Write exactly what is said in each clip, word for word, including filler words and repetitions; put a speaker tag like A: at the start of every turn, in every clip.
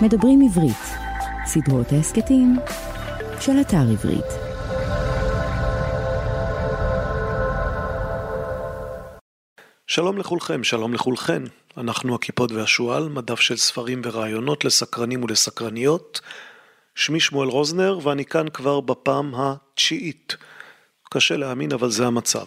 A: מדברים עברית, סדרות ההסקטים של אתר עברית.
B: שלום לכולכם, שלום לכולכן. אנחנו הכיפות והשועל, מדף של ספרים ורעיונות לסקרנים ולסקרניות. שמי שמואל רוזנר ואני כאן כבר בפעם התשיעית. קשה להאמין אבל זה המצב.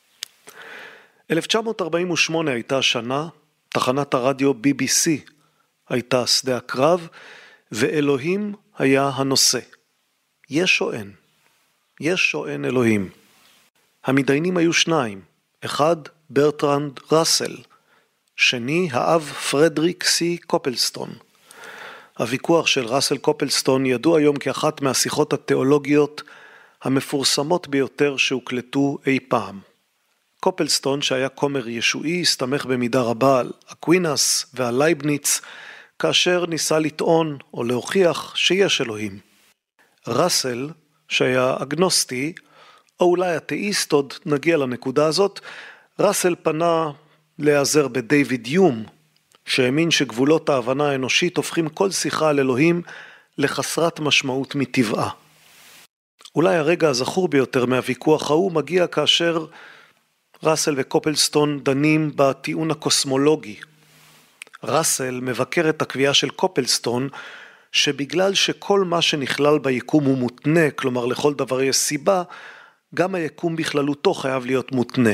B: אלף תשע מאות ארבעים ושמונה הייתה השנה, תחנת הרדיו בי בי סי הייתה שדה הקרב, ואלוהים היה הנושא. יש או אין? יש או אין אלוהים? המתדיינים היו שניים, אחד ברטרנד ראסל, שני האב פרדריק סי קופלסטון. הוויכוח של ראסל קופלסטון ידוע היום כאחת מהשיחות התיאולוגיות המפורסמות ביותר שהוקלטו אי פעם. קופלסטון, שהיה כומר ישועי, הסתמך במידה רבה על אקווינס ועל לייבניץ, כאשר ניסה לטעון או להוכיח שיש אלוהים. ראסל, שהיה אגנוסטי, או אולי אתאיסט, עוד נגיע לנקודה הזאת, ראסל פנה להיעזר בדייוויד יום, שהאמין שגבולות ההבנה האנושית הופכים כל שיחה על אלוהים לחסרת משמעות מטבעה. אולי הרגע הזכור ביותר מהוויכוח ההוא מגיע כאשר ראסל וקופלסטון דנים בטיעון הקוסמולוגי. ראסל מבקר את הקביעה של קופלסטון שבגלל שכל מה שנכלל ביקום הוא מותנה, כלומר לכל דבר יש סיבה, גם היקום בכללותו חייב להיות מותנה.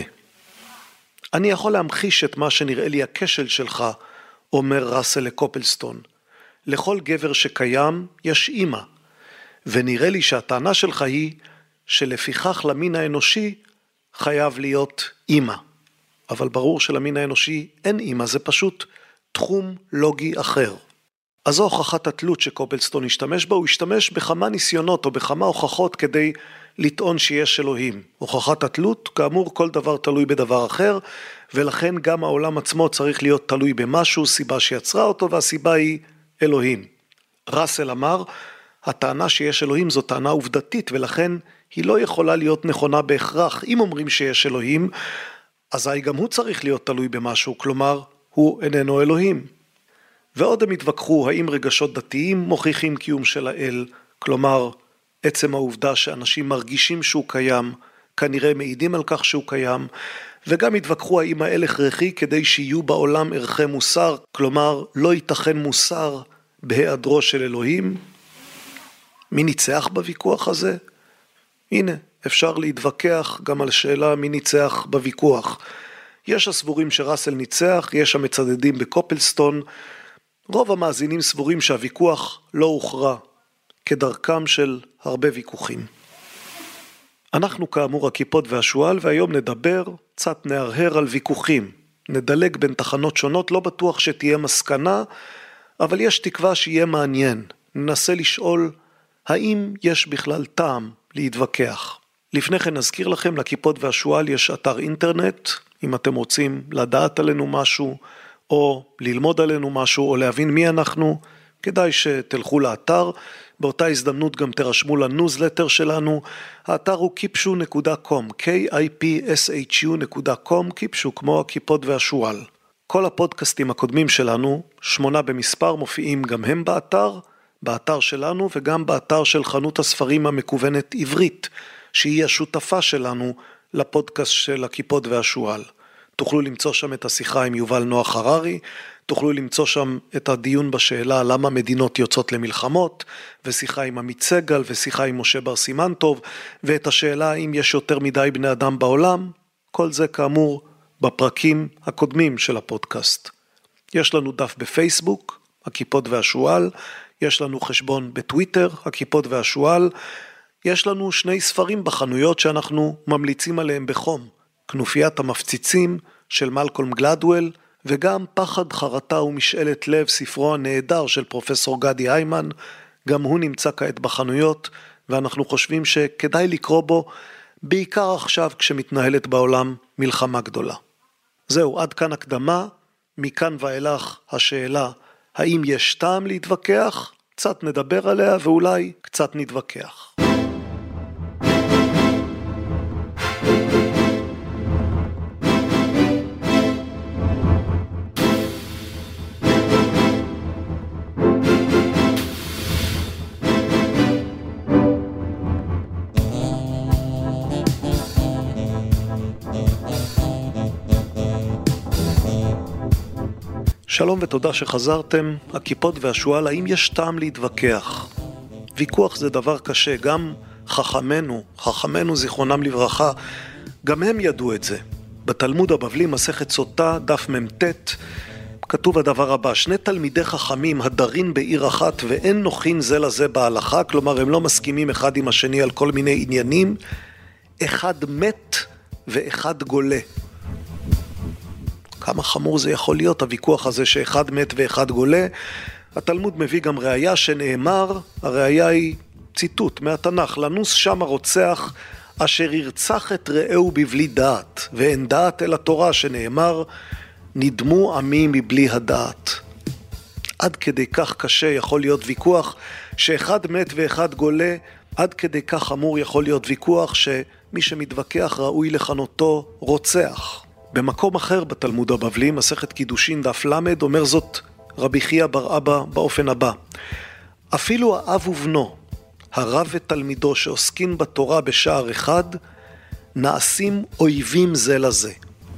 B: אני יכול להמחיש את מה שנראה לי הכשל שלך, אומר ראסל לקופלסטון. לכל גבר שקיים יש אימא, ונראה לי שהטענה שלך היא שלפיכך למין האנושי חייב להיות אימא. אבל ברור שלמין האנושי אין אימא, זה פשוט תחום לוגי אחר. אז זו הוכחת התלות שקופלסטון השתמש בה, הוא השתמש בכמה ניסיונות או בכמה הוכחות כדי לטעון שיש אלוהים. הוכחת התלות, כאמור כל דבר תלוי בדבר אחר, ולכן גם העולם עצמו צריך להיות תלוי במשהו, סיבה שיצרה אותו, והסיבה היא אלוהים. ראסל אמר, הטענה שיש אלוהים זו טענה עובדתית, ולכן היא לא יכולה להיות נכונה בהכרח. אם אומרים שיש אלוהים, אזי גם הוא צריך להיות תלוי במשהו, כלומר, הוא איננו אלוהים. ועוד הם התווכחו האם רגשות דתיים מוכיחים קיום של האל, כלומר, עצם העובדה שאנשים מרגישים שהוא קיים, כנראה מעידים על כך שהוא קיים, וגם התווכחו האם האל הכרחי כדי שיהיו בעולם ערכי מוסר, כלומר, לא ייתכן מוסר בהיעדרו של אלוהים. מי ניצח בוויכוח הזה? הנה, אפשר להתווכח גם על שאלה מי ניצח בוויכוח. יש הסבורים שראסל ניצח, יש המצדדים בקופלסטון, רוב המאזינים סבורים שהוויכוח לא הוכרע, כדרכם של הרבה ויכוחים. אנחנו כאמור הכיפות והשועל, והיום נדבר, קצת נהרהר על ויכוחים. נדלג בין תחנות שונות, לא בטוח שתהיה מסקנה, אבל יש תקווה שיהיה מעניין. ננסה לשאול, האם יש בכלל טעם להתווכח? לפני כן נזכיר לכם, לכיפות והשועל יש אתר אינטרנט, אם אתם רוצים לדעת עלינו משהו, או ללמוד עלינו משהו, או להבין מי אנחנו, כדאי שתלכו לאתר. באותה הזדמנות גם תרשמו לניוזלטר שלנו. האתר הוא קיפשו נקודה קום, קיי איי פי אס אייץ' יו נקודה קום, קיפשו כמו הכיפות והשועל. כל הפודקאסטים הקודמים שלנו, שמונה במספר, מופיעים גם הם באתר, באתר שלנו וגם באתר של חנות הספרים המקוונת עברית, שהיא השותפה שלנו לפודקאסט של הכיפות והשועל. תוכלו למצוא שם את השיחה עם יובל נוח הררי, תוכלו למצוא שם את הדיון בשאלה למה מדינות יוצאות למלחמות, ושיחה עם עמית סגל, ושיחה עם משה בר סימן טוב, ואת השאלה אם יש יותר מדי בני אדם בעולם, כל זה כאמור בפרקים הקודמים של הפודקאסט. יש לנו דף בפייסבוק, הכיפות והשועל, יש לנו חשבון בטוויטר, הכיפות והשועל, יש לנו שני ספרים בחנויות שאנחנו ממליצים עליהם בחום, כנופיית המפציצים של מלקולם גלדוול, וגם פחד, חרטה ומשאלת לב, ספרו הנהדר של פרופסור גדי היימן, גם הוא נמצא כעת בחנויות, ואנחנו חושבים שכדאי לקרוא בו, בעיקר עכשיו כשמתנהלת בעולם מלחמה גדולה. זהו, עד כאן הקדמה, מכאן ואילך השאלה, האם יש טעם להתווכח? קצת נדבר עליה ואולי קצת נתווכח. שלום ותודה שחזרתם. הכיפות והשואל, האם יש טעם להתווכח? ויכוח זה דבר קשה, גם חכמנו, חכמנו זיכרונם לברכה, גם הם ידעו את זה. בתלמוד הבבלי, מסכת סוטה, דף ממתת, כתוב הדבר הבא: שני תלמידי חכמים הדרים בעיר אחת ואין נוחין זה לזה בהלכה, כלומר הם לא מסכימים אחד עם השני על כל מיני עניינים, אחד מת ואחד גולה. כמה חמור זה יכול להיות הוויכוח הזה שאחד מת ואחד גולה. התלמוד מביא גם ראיה שנאמר, הראיה היא ציטוט מהתנ"ך: לנוס שם הרוצח אשר ירצח את רעהו בבלי דעת, ואין דעת אל התורה, שנאמר נדמו עמי מבלי הדעת. עד כדי כך קשה יכול להיות ויכוח שאחד מת ואחד גולה, עד כדי כך חמור יכול להיות ויכוח שמי שמתווכח ראוי לכנותו רוצח. במקום אחר בתלמוד הבבלי, מסכת קידושין דף למד, אומר זאת רבי חייא בר אבא באופן הבא: אפילו האב ובנו, הרב ותלמידו שעוסקים בתורה בשער אחד, נעשים אויבים זה לזה.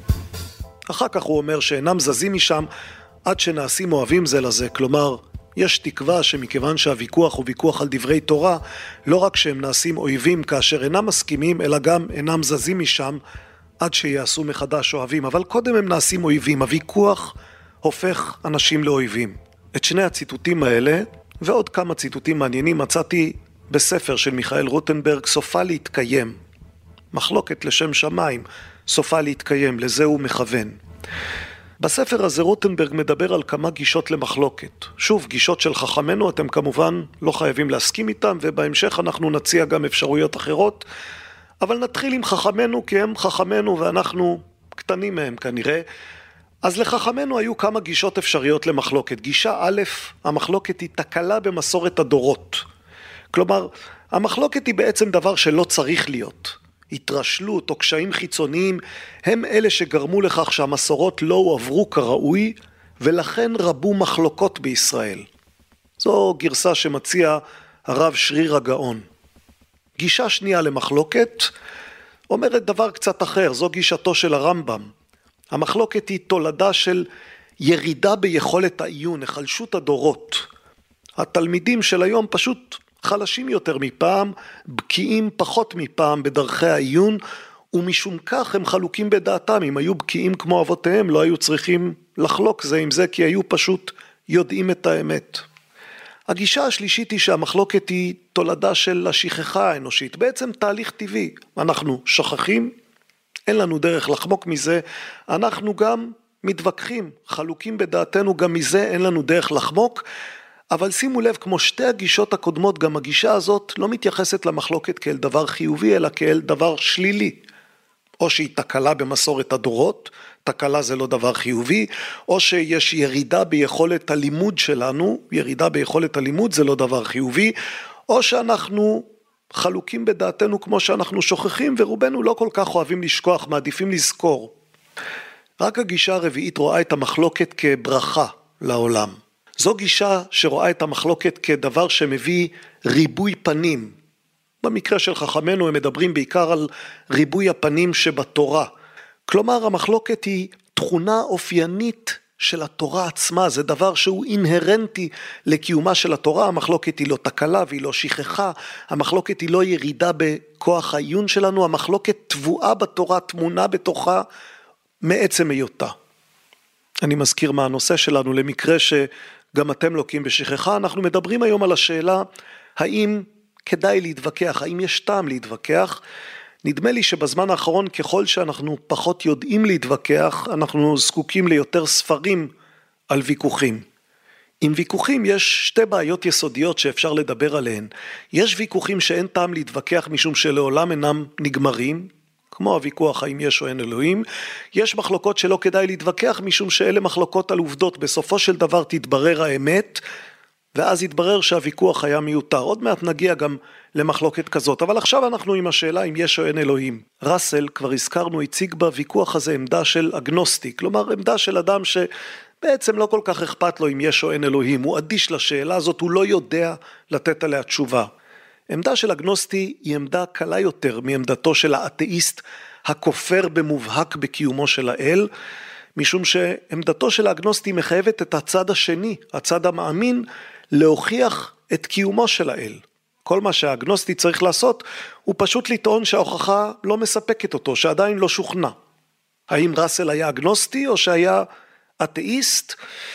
B: אחר כך הוא אומר שאינם זזים משם עד שנעשים אוהבים זה לזה, כלומר יש תקווה שמכיוון שהוויכוח הוא ויכוח על דברי תורה, לא רק שהם נעשים אויבים כאשר אינם מסכימים, אלא גם אינם זזים משם עד שיעשו מחדש אוהבים, אבל קודם הם נעשים אויבים. הוויכוח הופך אנשים לאויבים. את שני הציטוטים האלה ועוד כמה ציטוטים מעניינים מצאתי בספר של מיכאל רוטנברג, סופה להתקיים. מחלוקת לשם שמיים, סופה להתקיים, לזה הוא מכוון. בספר הזה רוטנברג מדבר על כמה גישות למחלוקת. שוב, גישות של חכמנו, אתם כמובן לא חייבים להסכים איתם, ובהמשך אנחנו נציע גם אפשרויות אחרות, אבל נתחיל עם חכמנו, כי הם חכמנו ואנחנו קטנים מהם כנראה. אז לחכמנו היו כמה גישות אפשריות למחלוקת. גישה א', המחלוקת היא תקלה במסורת הדורות. כלומר, המחלוקת היא בעצם דבר שלא צריך להיות. התרשלות או קשיים חיצוניים הם אלה שגרמו לכך שהמסורות לא הועברו כראוי, ולכן רבו מחלוקות בישראל. זו גרסה שמציע הרב שריר הגאון. גישה שנייה למחלוקת אומרת דבר קצת אחר, זו גישתו של הרמב"ם. המחלוקת היא תולדה של ירידה ביכולת העיון, החלשות הדורות. התלמידים של היום פשוט חלשים יותר מפעם, בקיאים פחות מפעם בדרכי העיון, ומשום כך הם חלוקים בדעתם. אם היו בקיאים כמו אבותיהם, לא היו צריכים לחלוק זה עם זה, כי היו פשוט יודעים את האמת. הגישה השלישית היא שהמחלוקת היא תולדה של השכחה האנושית, בעצם תהליך טבעי. אנחנו שכחים, אין לנו דרך לחמוק מזה, אנחנו גם מתווכחים, חלוקים בדעתנו, גם מזה אין לנו דרך לחמוק, אבל שימו לב, כמו שתי הגישות הקודמות, גם הגישה הזאת לא מתייחסת למחלוקת כאל דבר חיובי, אלא כאל דבר שלילי. או שהיא תקלה במסורת הדורות, תקלה זה לא דבר חיובי, או שיש ירידה ביכולת הלימוד שלנו, ירידה ביכולת הלימוד זה לא דבר חיובי, או שאנחנו חלוקים בדעתנו כמו שאנחנו שוכחים, ורובנו לא כל כך אוהבים לשכוח, מעדיפים לזכור. רק הגישה הרביעית רואה את המחלוקת כברכה לעולם. זו גישה שרואה את המחלוקת כדבר שמביא ריבוי פנים. במקרה של חכמנו הם מדברים בעיקר על ריבוי הפנים שבתורה. כלומר, המחלוקת היא תכונה אופיינית של התורה עצמה, זה דבר שהוא אינהרנטי לקיומה של התורה. המחלוקת היא לא תקלה והיא לא שכחה, המחלוקת היא לא ירידה בכוח העיון שלנו, המחלוקת טבועה בתורה, תמונה בתוכה מעצם היותה. אני מזכיר מה הנושא שלנו, למקרה שגם אתם לוקים בשכחה. אנחנו מדברים היום על השאלה האם כדאי להתווכח, האם יש טעם להתווכח. נדמה לי שבזמן האחרון ככל שאנחנו פחות יודעים להתווכח, אנחנו זקוקים ליותר ספרים על ויכוחים. עם ויכוחים יש שתי בעיות יסודיות שאפשר לדבר עליהן. יש ויכוחים שאין טעם להתווכח משום שלעולם אינם נגמרים, כמו הוויכוח האם יש או אין אלוהים. יש מחלוקות שלא כדאי להתווכח משום שאלה מחלוקות על עובדות. בסופו של דבר תתברר האמת, ואז יתברר שהוויכוח היה מיותר. עוד מעט נגיע גם למחלוקת כזאת, אבל עכשיו אנחנו עם השאלה אם יש או אין אלוהים. ראסל, כבר הזכרנו, הציג בוויכוח הזה עמדה של אגנוסטי, כלומר עמדה של אדם שבעצם לא כל כך אכפת לו אם יש או אין אלוהים, הוא אדיש לשאלה הזאת, הוא לא יודע לתת עליה תשובה. עמדה של אגנוסטי היא עמדה קלה יותר מעמדתו של האתאיסט הכופר במובהק בקיומו של האל. משום שעמדתו של האגנוסטי מחייבת את הצד השני, הצד המאמין, להוכיח את קיומו של האל. כל מה שהאגנוסטי צריך לעשות הוא פשוט לטעון שההוכחה לא מספקת אותו, שעדיין לא שוכנע. האם ראסל היה אגנוסטי או שהיה אתאיסט?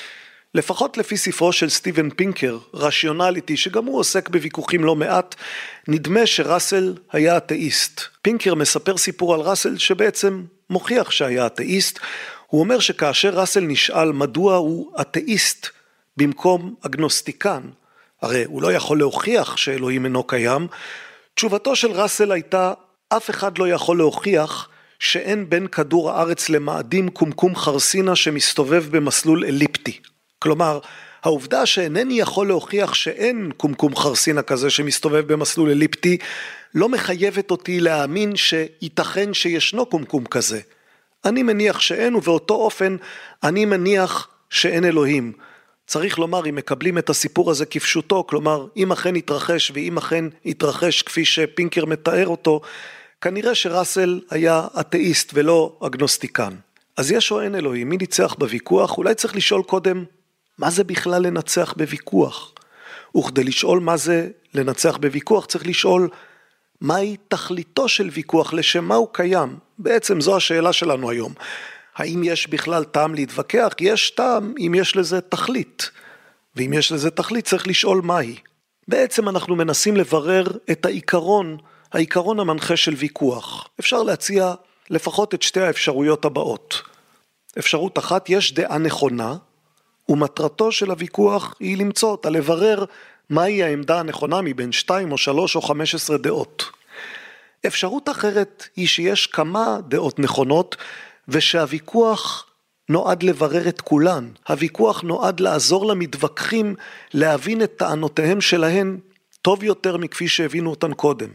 B: לפחות לפי ספרו של סטיבן פינקר, רשיונליטי, שגם הוא עוסק בוויכוחים לא מעט, נדמה שראסל היה אתאיסט. פינקר מספר סיפור על ראסל שבעצם מוכיח שהיה אתאיסט. הוא אומר שכאשר ראסל נשאל מדוע הוא אתאיסט במקום אגנוסטיקן, הרי הוא לא יכול להוכיח שאלוהים אינו קיים, תשובתו של ראסל הייתה, אף אחד לא יכול להוכיח שאין בין כדור הארץ למאדים קומקום חרסינה שמסתובב במסלול אליפטי. כלומר, העובדה שאינני יכול להוכיח שאין קומקום חרסינה כזה שמסתובב במסלול אליפטי, לא מחייבת אותי להאמין שייתכן שישנו קומקום כזה. אני מניח שאין, ובאותו אופן אני מניח שאין אלוהים. צריך לומר, אם מקבלים את הסיפור הזה כפשוטו, כלומר, אם אכן יתרחש ואם אכן יתרחש כפי שפינקר מתאר אותו, כנראה שראסל היה אתאיסט ולא אגנוסטיקן. אז יש או אין אלוהים, מי ניצח בוויכוח? אולי צריך לשאול קודם, מה זה בכלל לנצח בוויכוח? וכדי לשאול מה זה לנצח בוויכוח, צריך לשאול מהי תכליתו של ויכוח, לשם מה הוא קיים. בעצם זו השאלה שלנו היום. האם יש בכלל טעם להתווכח? יש טעם אם יש לזה תכלית. ואם יש לזה תכלית צריך לשאול מהי. בעצם אנחנו מנסים לברר את העיקרון, העיקרון המנחה של ויכוח. אפשר להציע לפחות את שתי האפשרויות הבאות. אפשרות אחת, יש דעה נכונה, ומטרתו של הוויכוח היא למצוא אותה, לברר מהי העמדה הנכונה מבין שתיים או שלוש או חמש עשרה דעות. אפשרות אחרת היא שיש כמה דעות נכונות, ושהוויכוח נועד לברר את כולן. הוויכוח נועד לעזור למתווכחים להבין את טענותיהם שלהן טוב יותר מכפי שהבינו אותן קודם.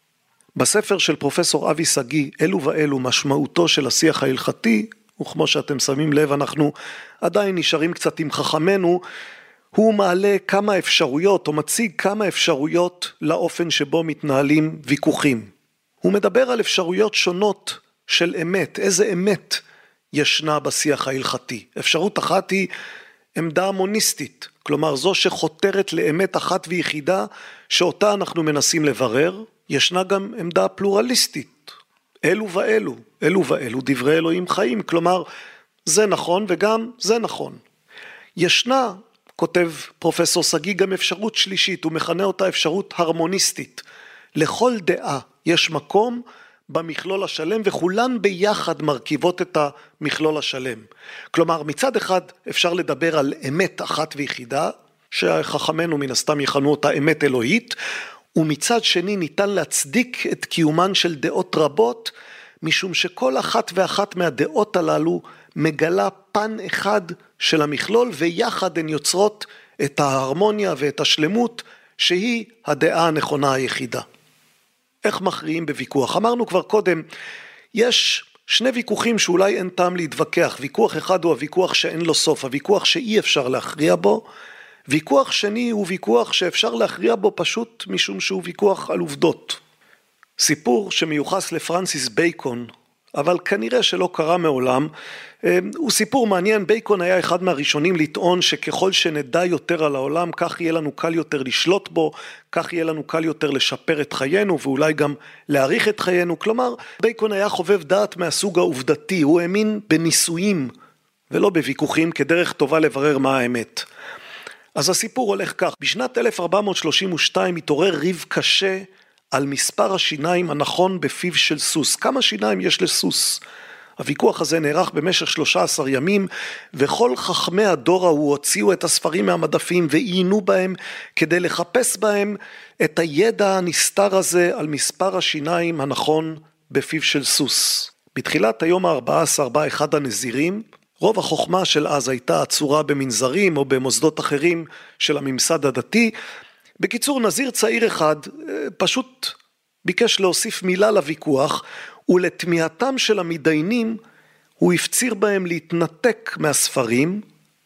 B: בספר של פרופסור אבי סגי, אלו ואלו משמעותו של השיח ההלכתי, וכמו שאתם שמים לב אנחנו עדיין נשארים קצת עם חכמנו, הוא מעלה כמה אפשרויות או מציג כמה אפשרויות לאופן שבו מתנהלים ויכוחים. הוא מדבר על אפשרויות שונות של אמת, איזה אמת ישנה בשיח ההלכתי. אפשרות אחת היא עמדה מוניסטית, כלומר זו שחותרת לאמת אחת ויחידה שאותה אנחנו מנסים לברר. ישנה גם עמדה פלורליסטית, אלו ואלו, אלו ואלו דברי אלוהים חיים, כלומר זה נכון וגם זה נכון. ישנה, כותב פרופסור סגי, גם אפשרות שלישית, הוא מכנה אותה אפשרות הרמוניסטית. לכל דעה יש מקום במכלול השלם, וכולן ביחד מרכיבות את המכלול השלם. כלומר, מצד אחד אפשר לדבר על אמת אחת ויחידה, שחכמנו מן הסתם יכנו אותה אמת אלוהית, ומצד שני ניתן להצדיק את קיומן של דעות רבות, משום שכל אחת ואחת מהדעות הללו מגלה פן אחד של המכלול, ויחד הן יוצרות את ההרמוניה ואת השלמות, שהיא הדעה הנכונה היחידה. איך מכריעים בוויכוח? אמרנו כבר קודם, יש שני ויכוחים שאולי אין טעם להתווכח. ויכוח אחד הוא הוויכוח שאין לו סוף, הוויכוח שאי אפשר להכריע בו. ויכוח שני הוא ויכוח שאפשר להכריע בו פשוט משום שהוא ויכוח על עובדות. סיפור שמיוחס לפרנסיס בייקון, אבל כנראה שלא קרה מעולם, הוא סיפור מעניין. בייקון היה אחד מהראשונים לטעון שככל שנדע יותר על העולם, כך יהיה לנו קל יותר לשלוט בו, כך יהיה לנו קל יותר לשפר את חיינו, ואולי גם להאריך את חיינו. כלומר, בייקון היה חובב דעת מהסוג העובדתי, הוא האמין בניסויים ולא בוויכוחים כדרך טובה לברר מה האמת. אז הסיפור הולך כך, בשנת אלף ארבע מאות שלושים ושתיים התעורר ריב קשה על מספר השיניים הנכון בפיו של סוס. כמה שיניים יש לסוס? הוויכוח הזה נערך במשך שלושה עשר ימים, וכל חכמי הדור ההוא הוציאו את הספרים מהמדפים ועיינו בהם כדי לחפש בהם את הידע הנסתר הזה על מספר השיניים הנכון בפיו של סוס. בתחילת היום ה-ארבע עשר בא אחד הנזירים, רוב החוכמה של אז הייתה עצורה במנזרים או במוסדות אחרים של הממסד הדתי. בקיצור, נזיר צעיר אחד פשוט ביקש להוסיף מילה לוויכוח, ולתמיהתם של המתדיינים הוא הפציר בהם להתנתק מהספרים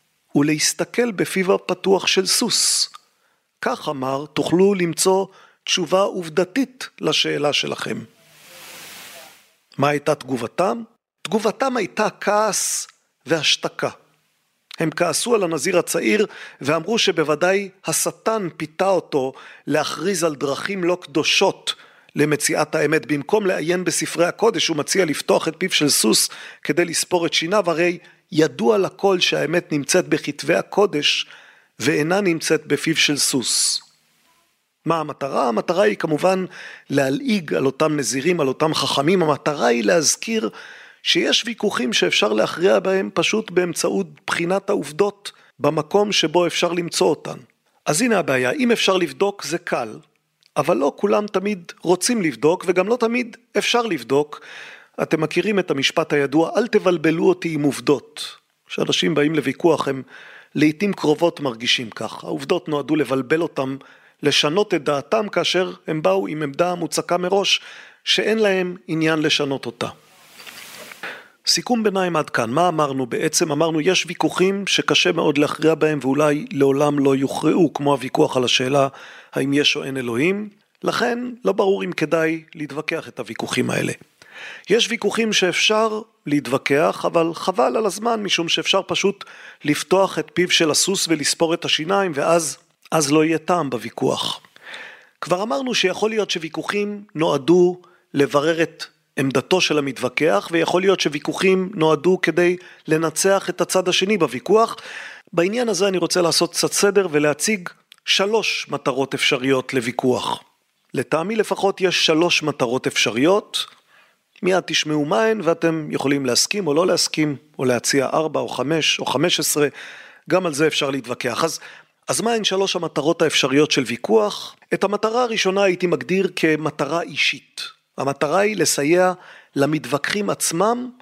B: ולהסתכל בפיו הפתוח של סוס. כך אמר, תוכלו למצוא תשובה עובדתית לשאלה שלכם. מה הייתה תגובתם? תגובתם הייתה כעס והשתקה. הם כעסו על הנזיר הצעיר ואמרו שבוודאי השטן פיתה אותו להכריז על דרכים לא קדושות למציאת האמת. במקום לעיין בספרי הקודש הוא מציע לפתוח את פיו של סוס כדי לספור את שיניו, הרי ידוע לכל שהאמת נמצאת בכתבי הקודש ואינה נמצאת בפיו של סוס. מה המטרה? המטרה היא כמובן להלעיג על אותם נזירים, על אותם חכמים. המטרה היא להזכיר שיש ויכוחים שאפשר להכריע בהם פשוט באמצעות בחינת העובדות במקום שבו אפשר למצוא אותן. אז הנה הבעיה, אם אפשר לבדוק זה קל, אבל לא כולם תמיד רוצים לבדוק וגם לא תמיד אפשר לבדוק. אתם מכירים את המשפט הידוע, אל תבלבלו אותי עם עובדות. כשאנשים באים לוויכוח הם לעתים קרובות מרגישים כך. העובדות נועדו לבלבל אותם, לשנות את דעתם כאשר הם באו עם עמדה מוצקה מראש שאין להם עניין לשנות אותה. סיכום ביניים עד כאן, מה אמרנו בעצם? אמרנו יש ויכוחים שקשה מאוד להכריע בהם ואולי לעולם לא יוכרעו, כמו הוויכוח על השאלה האם יש או אין אלוהים, לכן לא ברור אם כדאי להתווכח את הוויכוחים האלה. יש ויכוחים שאפשר להתווכח, אבל חבל על הזמן משום שאפשר פשוט לפתוח את פיו של הסוס ולספור את השיניים ואז אז לא יהיה טעם בוויכוח. כבר אמרנו שיכול להיות שוויכוחים נועדו לברר את עמדתו של המתווכח, ויכול להיות שוויכוחים נועדו כדי לנצח את הצד השני בוויכוח. בעניין הזה אני רוצה לעשות קצת סדר ולהציג שלוש מטרות אפשריות לוויכוח. לטעמי לפחות יש שלוש מטרות אפשריות, מיד תשמעו מהן ואתם יכולים להסכים או לא להסכים, או להציע ארבע או חמש או חמש עשרה, גם על זה אפשר להתווכח. אז, אז מהן שלוש המטרות האפשריות של ויכוח? את המטרה הראשונה הייתי מגדיר כמטרה אישית. המטרה היא לסייע למתווכחים עצמם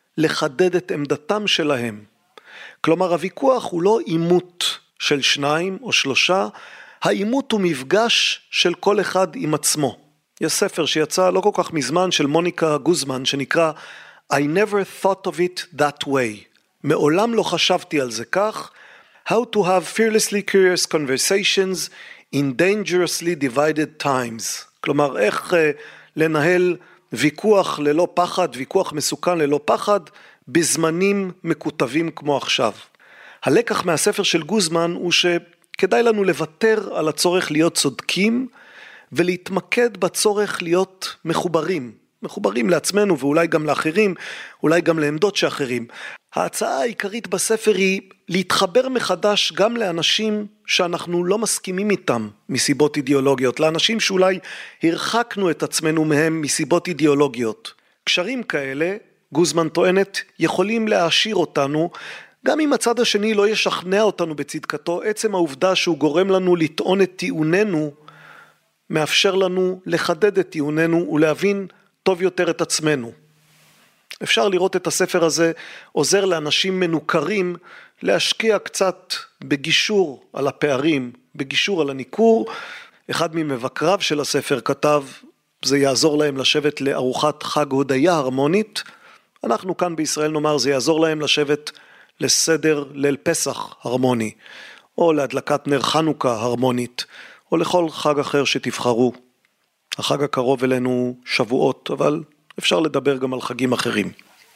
B: לחדד את עמדתם שלהם. כלומר הוויכוח הוא לא עימות של שניים או שלושה, העימות הוא מפגש של כל אחד עם עצמו. יש ספר שיצא לא כל כך מזמן של מוניקה גוזמן שנקרא I never thought of it that way. מעולם לא חשבתי על זה כך. How to have fearlessly curious conversations in dangerously divided times. כלומר איך uh, לנהל ויכוח ללא פחד, ויכוח מסוכן ללא פחד, בזמנים מקוטבים כמו עכשיו. הלקח מהספר של גוזמן הוא שכדאי לנו לוותר על הצורך להיות צודקים, ולהתמקד בצורך להיות מחוברים, מחוברים לעצמנו ואולי גם לאחרים, אולי גם לעמדות שאחרים. ההצעה העיקרית בספר היא להתחבר מחדש גם לאנשים שאנחנו לא מסכימים איתם מסיבות אידיאולוגיות, לאנשים שאולי הרחקנו את עצמנו מהם מסיבות אידיאולוגיות. קשרים כאלה, גוזמן טוענת, יכולים להעשיר אותנו, גם אם הצד השני לא ישכנע אותנו בצדקתו, עצם העובדה שהוא גורם לנו לטעון את טיעוננו, מאפשר לנו לחדד את טיעוננו ולהבין טוב יותר את עצמנו. אפשר לראות את הספר הזה עוזר לאנשים מנוכרים להשקיע קצת בגישור על הפערים, בגישור על הניכור. אחד ממבקריו של הספר כתב, זה יעזור להם לשבת לארוחת חג הודיה הרמונית. אנחנו כאן בישראל נאמר, זה יעזור להם לשבת לסדר ליל פסח הרמוני, או להדלקת נר חנוכה הרמונית, או לכל חג אחר שתבחרו. החג הקרוב אלינו שבועות, אבל אפשר לדבר גם על חגים אחרים.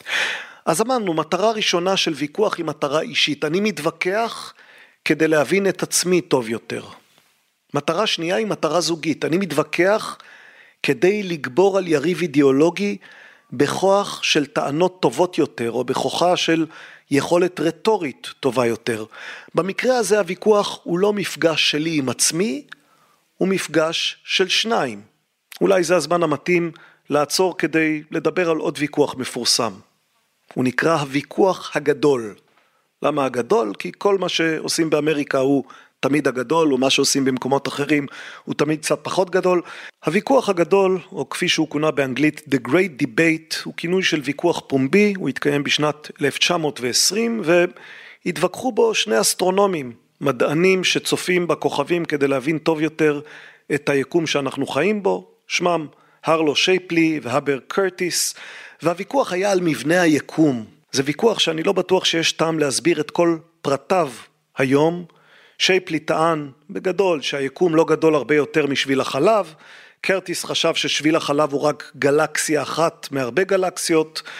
B: אז אמרנו, מטרה ראשונה של ויכוח היא מטרה אישית. אני מתווכח כדי להבין את עצמי טוב יותר. מטרה שנייה היא מטרה זוגית. אני מתווכח כדי לגבור על יריב אידיאולוגי בכוח של טענות טובות יותר, או בכוחה של יכולת רטורית טובה יותר. במקרה הזה הוויכוח הוא לא מפגש שלי עם עצמי, הוא מפגש של שניים. אולי זה הזמן המתאים לעצור כדי לדבר על עוד ויכוח מפורסם. הוא נקרא הוויכוח הגדול. למה הגדול? כי כל מה שעושים באמריקה הוא תמיד הגדול, ומה שעושים במקומות אחרים הוא תמיד קצת פחות גדול. הוויכוח הגדול, או כפי שהוא כונה באנגלית, The Great Debate, הוא כינוי של ויכוח פומבי, הוא התקיים בשנת אלף תשע מאות ועשרים, והתווכחו בו שני אסטרונומים, מדענים שצופים בכוכבים כדי להבין טוב יותר את היקום שאנחנו חיים בו, שמם הרלו שייפלי והבר קרטיס, והוויכוח היה על מבנה היקום. זה ויכוח שאני לא בטוח שיש טעם להסביר את כל פרטיו היום. שייפלי טען בגדול שהיקום לא גדול הרבה יותר משביל החלב, קרטיס חשב ששביל החלב הוא רק גלקסיה אחת מהרבה גלקסיות.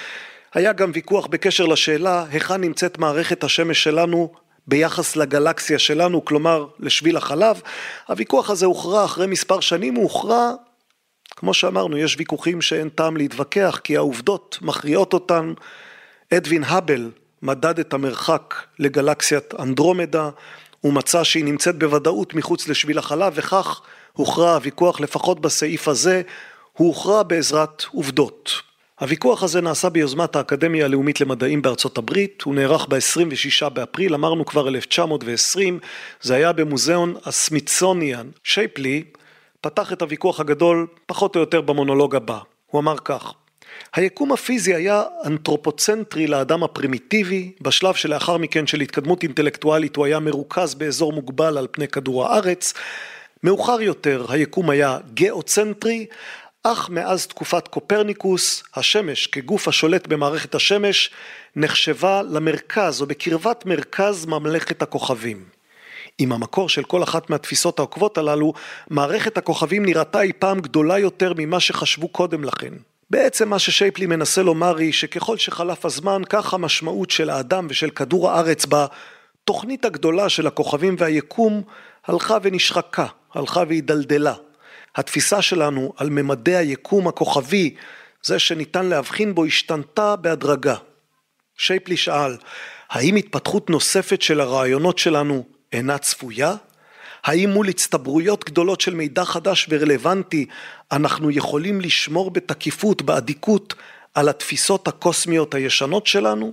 B: היה גם ויכוח בקשר לשאלה, היכן נמצאת מערכת השמש שלנו ביחס לגלקסיה שלנו, כלומר לשביל החלב. הוויכוח הזה הוכרע אחרי מספר שנים, הוא הוכרע, כמו שאמרנו, יש ויכוחים שאין טעם להתווכח, כי העובדות מכריעות אותן. אדווין האבל מדד את המרחק לגלקסיית אנדרומדה, הוא מצא שהיא נמצאת בוודאות מחוץ לשביל החלב, וכך הוכרע הוויכוח, לפחות בסעיף הזה, הוא הוכרע בעזרת עובדות. הוויכוח הזה נעשה ביוזמת האקדמיה הלאומית למדעים בארצות הברית, הוא נערך ב-עשרים וששה באפריל, אמרנו כבר אלף תשע מאות ועשרים, זה היה במוזיאון הסמיתסוניאן. שייפלי פתח את הוויכוח הגדול פחות או יותר במונולוג הבא. הוא אמר כך: היקום הפיזי היה אנתרופוצנטרי לאדם הפרימיטיבי, בשלב שלאחר מכן של התקדמות אינטלקטואלית הוא היה מרוכז באזור מוגבל על פני כדור הארץ, מאוחר יותר היקום היה גאוצנטרי, אך מאז תקופת קופרניקוס, השמש כגוף השולט במערכת השמש נחשבה למרכז או בקרבת מרכז ממלכת הכוכבים. עם המקור של כל אחת מהתפיסות העוקבות הללו, מערכת הכוכבים נראתה אי פעם גדולה יותר ממה שחשבו קודם לכן. בעצם מה ששייפלי מנסה לומר היא שככל שחלף הזמן, כך המשמעות של האדם ושל כדור הארץ בתוכנית הגדולה של הכוכבים והיקום הלכה ונשחקה, הלכה והידלדלה. התפיסה שלנו על ממדי היקום הכוכבי, זה שניתן להבחין בו, השתנתה בהדרגה. שייפלי שאל, האם התפתחות נוספת של הרעיונות שלנו אינה צפויה? האם מול הצטברויות גדולות של מידע חדש ורלוונטי, אנחנו יכולים לשמור בתקיפות, בעדיקות, על התפיסות הקוסמיות הישנות שלנו?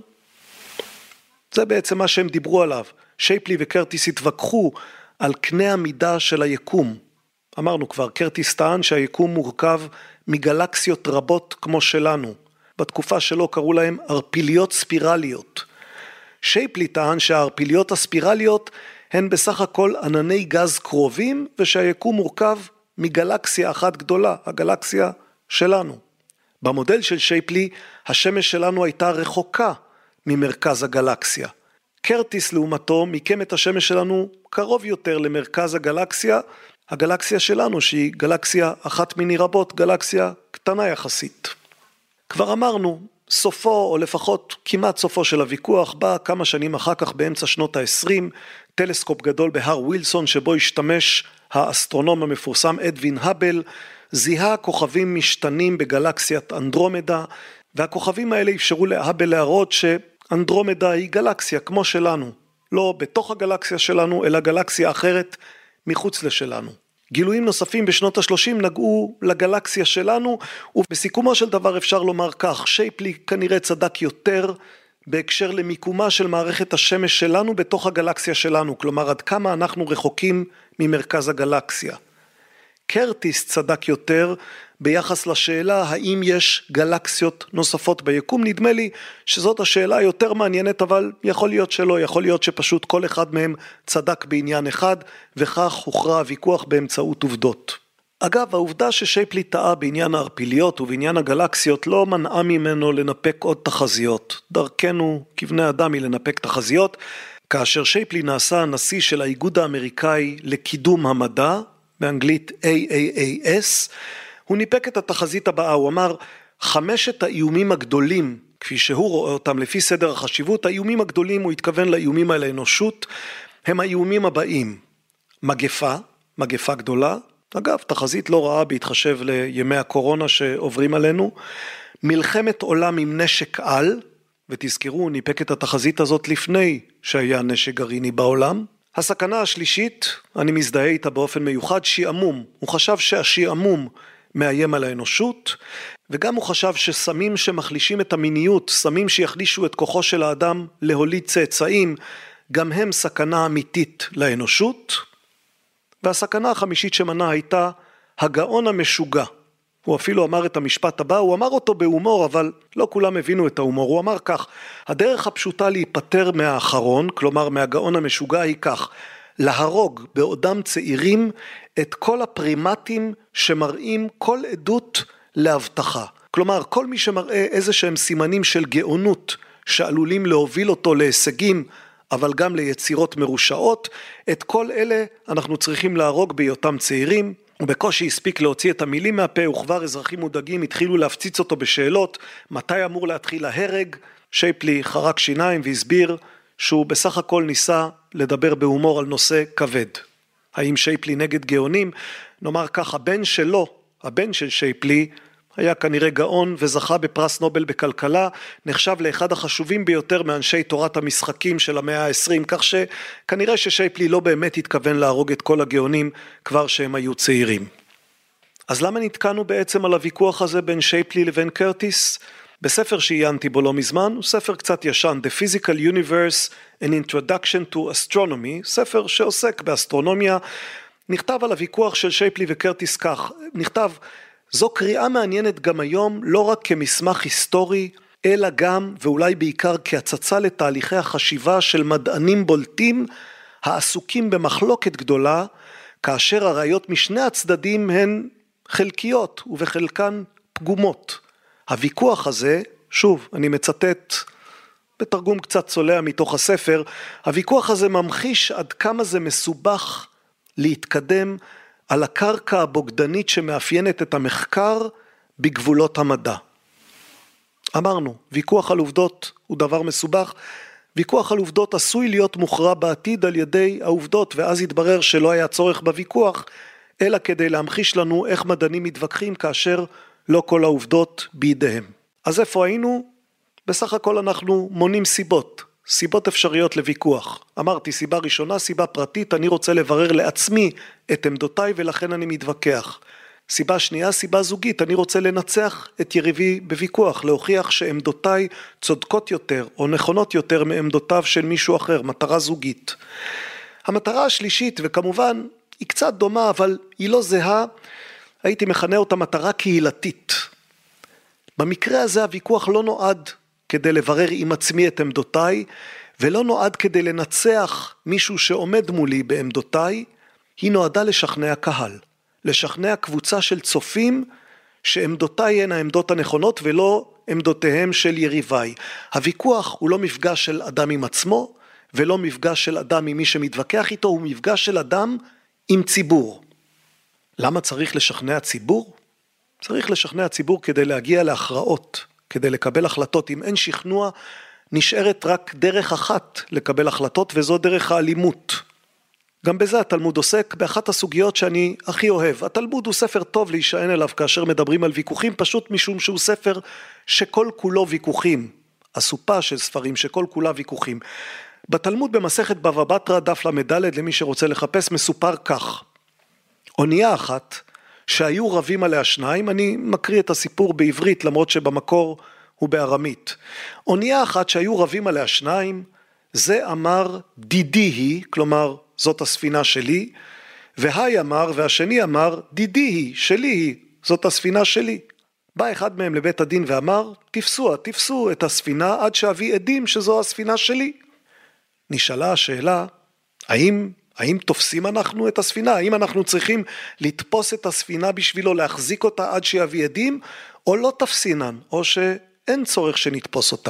B: זה בעצם מה שהם דיברו עליו. שייפלי וקרטיס התווכחו על קנה המידה של היקום. אמרנו כבר, קרטיס טען שהיקום מורכב מגלקסיות רבות כמו שלנו. בתקופה שלו קראו להם ערפיליות ספירליות. שייפלי טען שהערפיליות הספירליות הן בסך הכל ענני גז קרובים, ושהיקום מורכב מגלקסיה אחת גדולה, הגלקסיה שלנו. במודל של שייפלי, השמש שלנו הייתה רחוקה ממרכז הגלקסיה. קרטיס לעומתו מיקם את השמש שלנו קרוב יותר למרכז הגלקסיה, הגלקסיה שלנו שהיא גלקסיה אחת מיני רבות, גלקסיה קטנה יחסית. כבר אמרנו, סופו או לפחות כמעט סופו של הוויכוח בא כמה שנים אחר כך באמצע שנות ה-עשרים, טלסקופ גדול בהר ווילסון שבו השתמש האסטרונום המפורסם אדווין האבל, זיהה כוכבים משתנים בגלקסיית אנדרומדה, והכוכבים האלה אפשרו להאבל להראות שאנדרומדה היא גלקסיה כמו שלנו, לא בתוך הגלקסיה שלנו אלא גלקסיה אחרת מחוץ לשלנו. גילויים נוספים בשנות ה-שלושים נגעו לגלקסיה שלנו, ובסיכומו של דבר אפשר לומר כך, שייפלי כנראה צדק יותר בהקשר למיקומה של מערכת השמש שלנו בתוך הגלקסיה שלנו, כלומר עד כמה אנחנו רחוקים ממרכז הגלקסיה. קרטיס צדק יותר ביחס לשאלה האם יש גלקסיות נוספות ביקום, נדמה לי שזאת השאלה יותר מעניינת, אבל יכול להיות שלא, יכול להיות שפשוט כל אחד מהם צדק בעניין אחד, וכך הוכרע הוויכוח באמצעות עובדות. אגב, העובדה ששייפלי טעה בעניין הערפיליות ובעניין הגלקסיות לא מנעה ממנו לנפק עוד תחזיות. דרכנו כבני אדם היא לנפק תחזיות, כאשר שייפלי נעשה הנשיא של האיגוד האמריקאי לקידום המדע, באנגלית A A A S, הוא ניפק את התחזית הבאה, הוא אמר, חמשת האיומים הגדולים, כפי שהוא רואה אותם לפי סדר החשיבות, האיומים הגדולים, הוא התכוון לאיומים על האנושות, הם האיומים הבאים, מגפה, מגפה גדולה, אגב, תחזית לא רעה בהתחשב לימי הקורונה שעוברים עלינו, מלחמת עולם עם נשק על, ותזכרו, הוא ניפק את התחזית הזאת לפני שהיה נשק גרעיני בעולם, הסכנה השלישית, אני מזדהה איתה באופן מיוחד, שיעמום. הוא חשב שהשיעמום מאיים על האנושות, וגם הוא חשב שסמים שמחלישים את המיניות, סמים שיחלישו את כוחו של האדם להוליד צאצאים, גם הם סכנה אמיתית לאנושות. והסכנה החמישית שמנה הייתה הגאון המשוגע. הוא אפילו אמר את המשפט הבא, הוא אמר אותו בהומור, אבל לא כולם הבינו את ההומור. הוא אמר כך, הדרך הפשוטה להיפטר מהאחרון, כלומר מהגאון המשוגע היא כך, להרוג בעודם צעירים את כל הפרימטים שמראים כל עדות להבטחה. כלומר, כל מי שמראה איזה שהם סימנים של גאונות שעלולים להוביל אותו להישגים, אבל גם ליצירות מרושעות, את כל אלה אנחנו צריכים להרוג בהיותם צעירים. הוא בקושי הספיק להוציא את המילים מהפה, וכבר אזרחים מודאגים התחילו להפציץ אותו בשאלות, מתי אמור להתחיל ההרג. שייפלי חרק שיניים והסביר שהוא בסך הכל ניסה לדבר בהומור על נושא כבד. האם שייפלי נגד גאונים? נאמר כך, הבן שלו, הבן של שייפלי, היה כנראה גאון וזכה בפרס נובל בכלכלה, נחשב לאחד החשובים ביותר מאנשי תורת המשחקים של המאה ה-עשרים, כך שכנראה ששייפלי לא באמת התכוון להרוג את כל הגאונים כבר שהם היו צעירים. אז למה נתקענו בעצם על הוויכוח הזה בין שייפלי לבין קרטיס? בספר שעיינתי בו לא מזמן, הוא ספר קצת ישן, The Physical Universe, An Introduction to Astronomy, ספר שעוסק באסטרונומיה, נכתב על הוויכוח של שייפלי וקרטיס כך, נכתב, זו קריאה מעניינת גם היום, לא רק כמסמך היסטורי, אלא גם, ואולי בעיקר כהצצה לתהליכי החשיבה של מדענים בולטים, העסוקים במחלוקת גדולה, כאשר הראיות משני הצדדים הן חלקיות ובחלקן פגומות. הוויכוח הזה, שוב, אני מצטט בתרגום קצת צולע מתוך הספר, הוויכוח הזה ממחיש עד כמה זה מסובך להתקדם על הקרקע הבוגדנית שמאפיינת את המחקר בגבולות המדע. אמרנו, ויכוח על עובדות הוא דבר מסובך, ויכוח על עובדות עשוי להיות מוכרע בעתיד על ידי העובדות, ואז התברר שלא היה צורך בוויכוח, אלא כדי להמחיש לנו איך מדענים מתווכחים כאשר לא כל העובדות בידיהם. אז איפה היינו? בסך הכל אנחנו מונים סיבות, סיבות אפשריות לוויכוח. אמרתי, סיבה ראשונה, סיבה פרטית, אני רוצה לברר לעצמי את עמדותיי ולכן אני מתווכח. סיבה שנייה, סיבה זוגית, אני רוצה לנצח את יריבי בוויכוח, להוכיח שעמדותיי צודקות יותר או נכונות יותר מעמדותיו של מישהו אחר, מטרה זוגית. המטרה השלישית, וכמובן היא קצת דומה אבל היא לא זהה, הייתי מכנה אותה מטרה קהילתית. במקרה הזה הוויכוח לא נועד כדי לברר עם עצמי את עמדותיי, ולא נועד כדי לנצח מישהו שעומד מולי בעמדותיי, היא נועדה לשכנע קהל, לשכנע קבוצה של צופים שעמדותיי הן העמדות הנכונות ולא עמדותיהם של יריביי. הוויכוח הוא לא מפגש של אדם עם עצמו, ולא מפגש של אדם עם מי שמתווכח איתו, הוא מפגש של אדם עם ציבור. למה צריך לשכנע ציבור? צריך לשכנע ציבור כדי להגיע להכרעות, כדי לקבל החלטות. אם אין שכנוע, נשארת רק דרך אחת לקבל החלטות, וזו דרך האלימות. גם בזה התלמוד עוסק באחת הסוגיות שאני הכי אוהב. התלמוד הוא ספר טוב להישען אליו כאשר מדברים על ויכוחים, פשוט משום שהוא ספר שכל כולו ויכוחים. אסופה של ספרים שכל כולה ויכוחים. בתלמוד במסכת בבא בתרא דף למדלת, למי שרוצה לחפש, מסופר כך. אונייה אחת שהיו רבים עליה שניים, אני מקריא את הסיפור בעברית למרות שבמקור הוא בארמית. אונייה אחת שהיו רבים עליה שניים, זה אמר דידי היא, כלומר זאת הספינה שלי, והי אמר והשני אמר דידי היא, שלי היא, זאת הספינה שלי. בא אחד מהם לבית הדין ואמר, תפסו, תפסו את הספינה עד שאביא עדים שזו הספינה שלי. נשאלה השאלה, האם, האם תופסים אנחנו את הספינה? האם אנחנו צריכים לתפוס את הספינה בשבילו, להחזיק אותה עד שיביא עדים, או לא תפסינן, או שאין צורך שנתפוס אותה?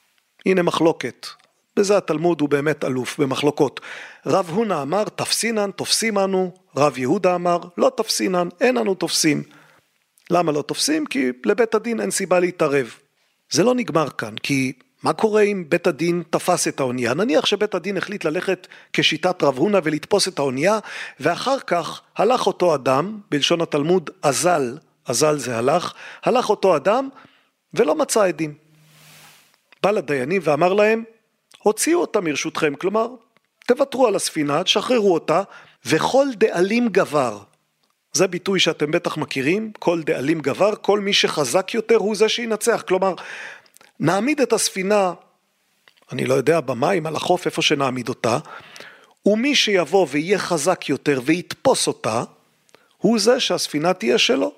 B: הנה מחלוקת. בזה התלמוד הוא באמת אלוף במחלוקות. רב הונא אמר, תפסינן, תופסים אנו. רב יהודה אמר, לא תפסינן, אין אנו תופסים. למה לא תופסים? כי לבית הדין אין סיבה להתערב. זה לא נגמר כאן, כי מה קורה אם בית הדין תפס את האונייה? נניח שבית הדין החליט ללכת כשיטת רב הונא ולתפוס את האונייה, ואחר כך הלך אותו אדם, בלשון התלמוד אזל, אזל זה הלך, הלך אותו אדם ולא מצא עדים. בא לדיינים ואמר להם, הוציאו אותה מרשותכם, כלומר, תוותרו על הספינה, תשחררו אותה, וכל דאלים גבר. זה ביטוי שאתם בטח מכירים, כל דאלים גבר, כל מי שחזק יותר הוא זה שינצח, כלומר, נעמיד את הספינה, אני לא יודע, במים, על החוף, איפה שנעמיד אותה, ומי שיבוא ויהיה חזק יותר ויתפוס אותה, הוא זה שהספינה תהיה שלו.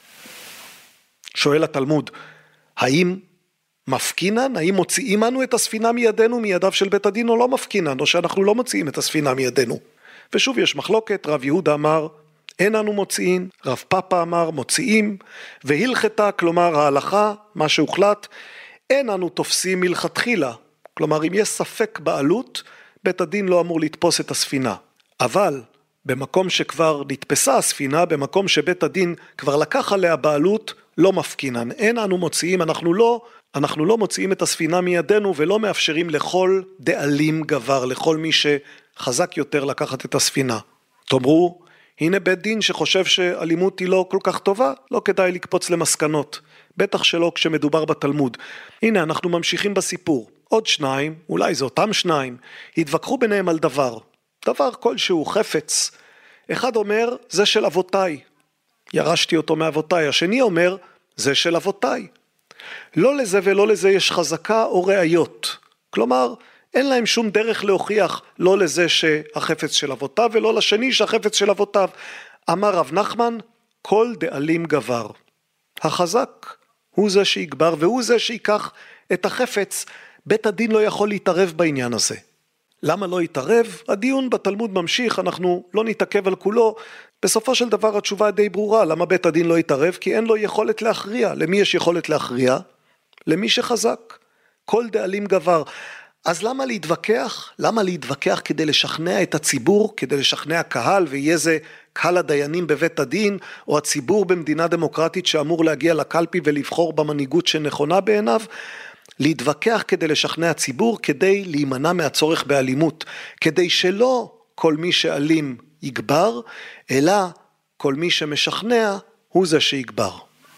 B: שואל התלמוד, האם מפקינן? האם מוציאים לנו את הספינה מידינו, מידיו של בית הדין, או לא מפקינן, או שאנחנו לא מוציאים את הספינה מידינו? ושוב יש מחלוקת, רב יהודה אמר, אין אנו מוציאים, רב פאפה אמר, מוציאים, והלכתה, כלומר ההלכה, מה שהוחלט, אין אנו תופסים מלכתחילה, כלומר אם יש ספק בעלות, בית הדין לא אמור לתפוס את הספינה. אבל במקום שכבר נתפסה הספינה, במקום שבית הדין כבר לקח עליה בעלות, לא מפקינן. אין אנו מוציאים, אנחנו לא, אנחנו לא מוציאים את הספינה מידינו ולא מאפשרים לכל דאלים גבר, לכל מי שחזק יותר לקחת את הספינה. תאמרו, הנה בית דין שחושב שאלימות היא לא כל כך טובה, לא כדאי לקפוץ למסקנות. בטח שלא כשמדובר בתלמוד. הנה אנחנו ממשיכים בסיפור. עוד שניים, אולי זה אותם שניים, התווכחו ביניהם על דבר. דבר כלשהו, חפץ. אחד אומר, זה של אבותיי. ירשתי אותו מאבותיי. השני אומר, זה של אבותיי. לא לזה ולא לזה יש חזקה או ראיות. כלומר, אין להם שום דרך להוכיח לא לזה שהחפץ של אבותיו ולא לשני שהחפץ של אבותיו. אמר רב נחמן, כל דאלים גבר. החזק הוא זה שיגבר והוא זה שיקח את החפץ. בית הדין לא יכול להתערב בעניין הזה. למה לא יתערב? הדיון בתלמוד ממשיך, אנחנו לא נתעכב על כולו. בסופו של דבר התשובה די ברורה, למה בית הדין לא יתערב? כי אין לו יכולת להכריע. למי יש יכולת להכריע? למי שחזק. כל דאלים גבר. אז למה להתווכח? למה להתווכח כדי לשכנע את הציבור, כדי לשכנע קהל, ויהיה זה קהל הדיינים בבית הדין, או הציבור במדינה דמוקרטית שאמור להגיע לקלפי ולבחור במנהיגות שנכונה בעיניו? להתווכח כדי לשכנע ציבור, כדי להימנע מהצורך באלימות, כדי שלא כל מי שאלים יגבר, אלא כל מי שמשכנע הוא זה שיגבר.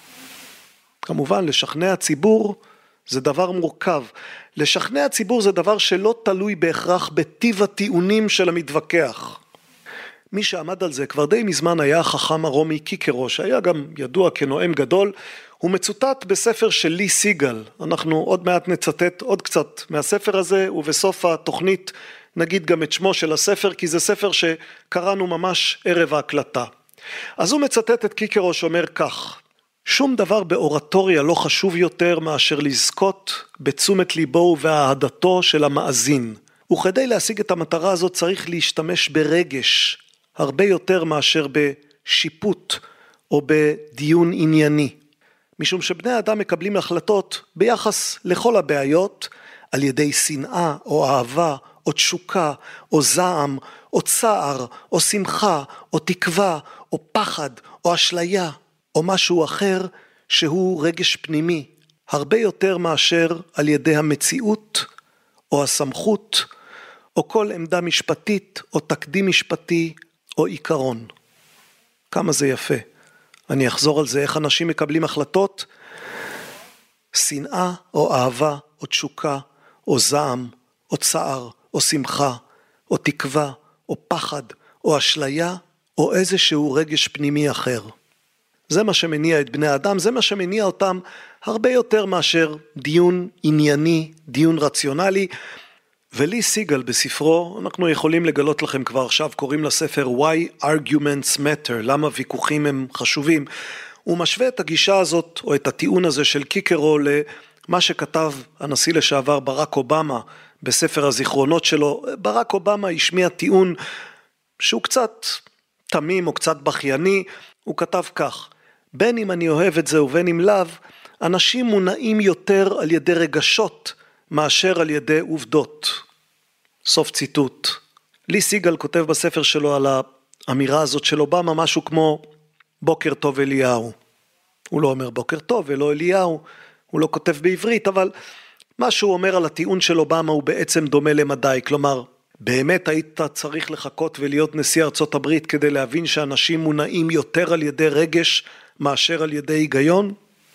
B: כמובן, לשכנע ציבור זה דבר מורכב. לשכנע ציבור זה דבר שלא תלוי בהכרח בטיב הטיעונים של המתווכח. מי שעמד על זה כבר די מזמן היה החכם הרומי קיקרו, שהיה גם ידוע כנואם גדול. הוא מצוטט בספר של לי סיגל. אנחנו עוד מעט נצטט עוד קצת מהספר הזה, ובסוף התוכנית נגיד גם את שמו של הספר, כי זה ספר שקראנו ממש ערב ההקלטה. אז הוא מצטט את קיקרו שאומר כך, שום דבר באורטוריה לא חשוב יותר מאשר לזכות בתשומת ליבו ובאהדתו של המאזין. וכדי להשיג את המטרה הזאת צריך להשתמש ברגש, הרבה יותר מאשר בשיפוט או בדיון ענייני. משום שבני האדם מקבלים החלטות ביחס לכל הבעיות, על ידי שנאה או אהבה או תשוקה או זעם או צער או שמחה או תקווה או פחד או אשליה או משהו אחר שהוא רגש פנימי, הרבה יותר מאשר על ידי המציאות או הסמכות או כל עמדה משפטית או תקדים משפטי או עיקרון. כמה זה יפה. אני אחזור על זה, איך אנשים מקבלים החלטות? שנאה או אהבה או תשוקה או זעם או צער או שמחה או תקווה או פחד או אשליה או איזשהו רגש פנימי אחר. זה מה שמניע את בני האדם, זה מה שמניע אותם הרבה יותר מאשר דיון ענייני, דיון רציונלי. ולי סיגל בספרו, אנחנו יכולים לגלות לכם כבר עכשיו, קוראים לספר Why Arguments Matter, למה ויכוחים הם חשובים. הוא משווה את הגישה הזאת, או את הטיעון הזה של קיקרו, למה שכתב הנשיא לשעבר ברק אובמה, בספר הזיכרונות שלו. ברק אובמה השמיע טיעון שהוא קצת תמים או קצת בכייני, הוא כתב כך, בין אם אני אוהב את זה ובין אם לאו, אנשים מונעים יותר על ידי רגשות מאשר על ידי עובדות. סוף ציטוט. לי סיגל כותב בספר שלו על האמירה הזאת של אובמה משהו כמו בוקר טוב אליהו. הוא לא אומר בוקר טוב ולא אליהו, הוא לא כותב בעברית, אבל מה שהוא אומר על הטיעון של אובמה הוא בעצם דומה למדי, כלומר, באמת היית צריך לחכות ולהיות נשיא ארצות הברית כדי להבין שאנשים מונעים יותר על ידי רגש מאשר על ידי היגיון?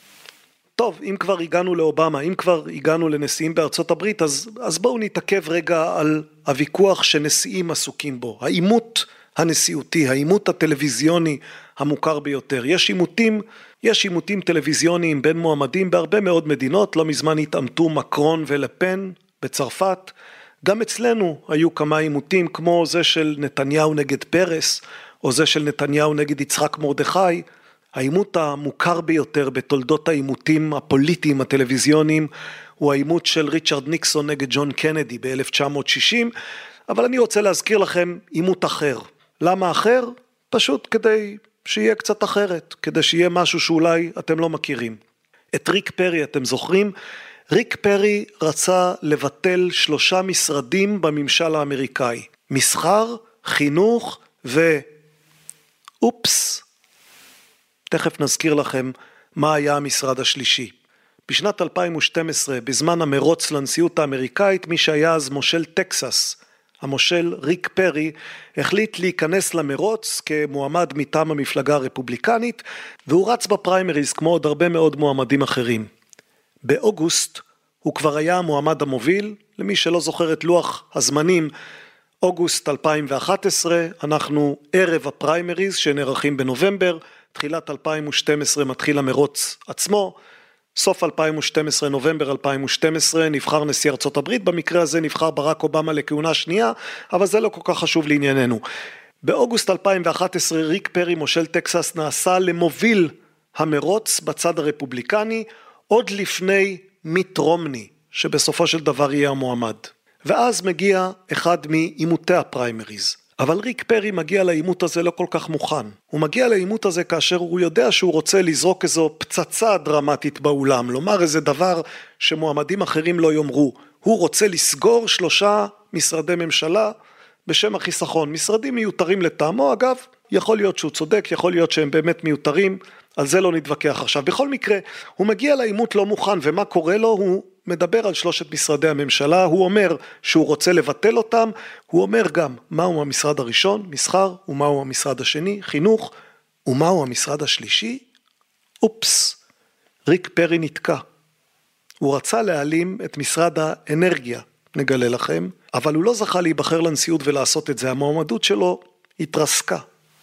B: טוב, אם כבר הגענו לאובמה, אם כבר הגענו לנשיאים בארצות הברית, אז, אז בואו נתעכב רגע על הוויכוח שנשיאים עסוקים בו. העימות הנשיאותי, העימות הטלוויזיוני המוכר ביותר. יש עימותים, יש עימותים טלוויזיוניים בין מועמדים בהרבה מאוד מדינות, לא מזמן התעמתו מקרון ולפן בצרפת. גם אצלנו היו כמה עימותים כמו זה של נתניהו נגד פרס, או זה של נתניהו נגד יצחק מרדכי. העימות המוכר ביותר בתולדות העימותים הפוליטיים הטלוויזיוניים הוא העימות של ריצ'רד ניקסון נגד ג'ון קנדי ב-אלף תשע מאות שישים, אבל אני רוצה להזכיר לכם עימות אחר. למה אחר? פשוט כדי שיהיה קצת אחרת, כדי שיהיה משהו שאולי אתם לא מכירים. את ריק פרי אתם זוכרים? ריק פרי רצה לבטל שלושה משרדים בממשל האמריקאי, מסחר, חינוך ואופס, תכף נזכיר לכם מה היה המשרד השלישי. בשנת אלפיים ושתים עשרה, בזמן המרוץ לנשיאות האמריקאית, מי שהיה אז מושל טקסס, המושל ריק פרי, החליט להיכנס למרוץ כמועמד מטעם המפלגה הרפובליקנית, והוא רץ בפריימריז כמו עוד הרבה מאוד מועמדים אחרים. באוגוסט הוא כבר היה המועמד המוביל, למי שלא זוכר את לוח הזמנים, אוגוסט אלפיים ואחת עשרה, אנחנו ערב הפריימריז שנערכים בנובמבר, תחילת אלפיים ושתים עשרה מתחיל המרוץ עצמו, סוף אלפיים ושתים עשרה, נובמבר אלפיים ושתים עשרה, נבחר נשיא ארצות הברית, במקרה הזה נבחר ברק אובמה לכהונה שנייה, אבל זה לא כל כך חשוב לענייננו. באוגוסט אלפיים ואחת עשרה ריק פרי, מושל טקסס, נעשה למוביל המרוץ בצד הרפובליקני, עוד לפני מיט רומני, שבסופו של דבר יהיה המועמד. ואז מגיע אחד מעימותי הפריימריז. אבל ריק פרי מגיע לעימות הזה לא כל כך מוכן. הוא מגיע לעימות הזה כאשר הוא יודע שהוא רוצה לזרוק איזו פצצה דרמטית באולם, לומר איזה דבר שמועמדים אחרים לא יאמרו. הוא רוצה לסגור שלושה משרדי ממשלה בשם החיסכון. משרדים מיותרים לטעמו, אגב, יכול להיות שהוא צודק, יכול להיות שהם באמת מיותרים, על זה לא נתווכח עכשיו. בכל מקרה, הוא מגיע לעימות לא מוכן, ומה קורה לו? הוא מדבר על שלושת משרדי הממשלה, הוא אומר שהוא רוצה לבטל אותם, הוא אומר גם מהו המשרד הראשון, מסחר, ומהו המשרד השני, חינוך, ומהו המשרד השלישי. אופס, ריק פרי נתקע. הוא רצה להעלים את משרד האנרגיה, נגלה לכם, אבל הוא לא זכה להיבחר לנשיאות ולעשות את זה, המועמדות שלו התרסקה.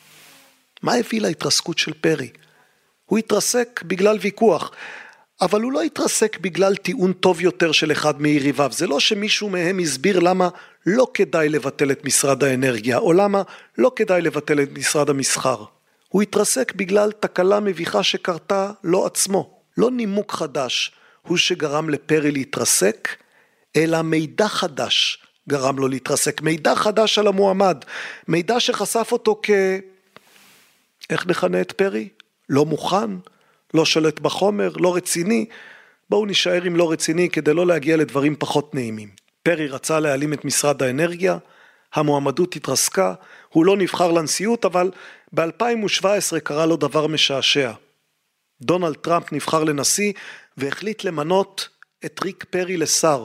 B: מה הביא להתרסקות של פרי? הוא התרסק בגלל ויכוח, אבל הוא לא התרסק בגלל טיעון טוב יותר של אחד מיריביו. זה לא שמישהו מהם הסביר למה לא כדאי לבטל את משרד האנרגיה, או למה לא כדאי לבטל את משרד המסחר. הוא התרסק בגלל תקלה מביכה שקרתה לו עצמו. לא נימוק חדש הוא שגרם לפרי להתרסק, אלא מידע חדש גרם לו להתרסק. מידע חדש על המועמד, מידע שחשף אותו כ... איך נכנה את פרי? לא מוכן, לא שולט בחומר, לא רציני. בואו נשאר עם לא רציני כדי לא להגיע לדברים פחות נעימים. פרי רצה להעלים את משרד האנרגיה, המועמדות התרסקה, הוא לא נבחר לנשיאות, אבל ב-אלפיים ושבע עשרה קרה לו דבר משעשע. דונלד טראמפ נבחר לנשיא והחליט למנות את ריק פרי לשר.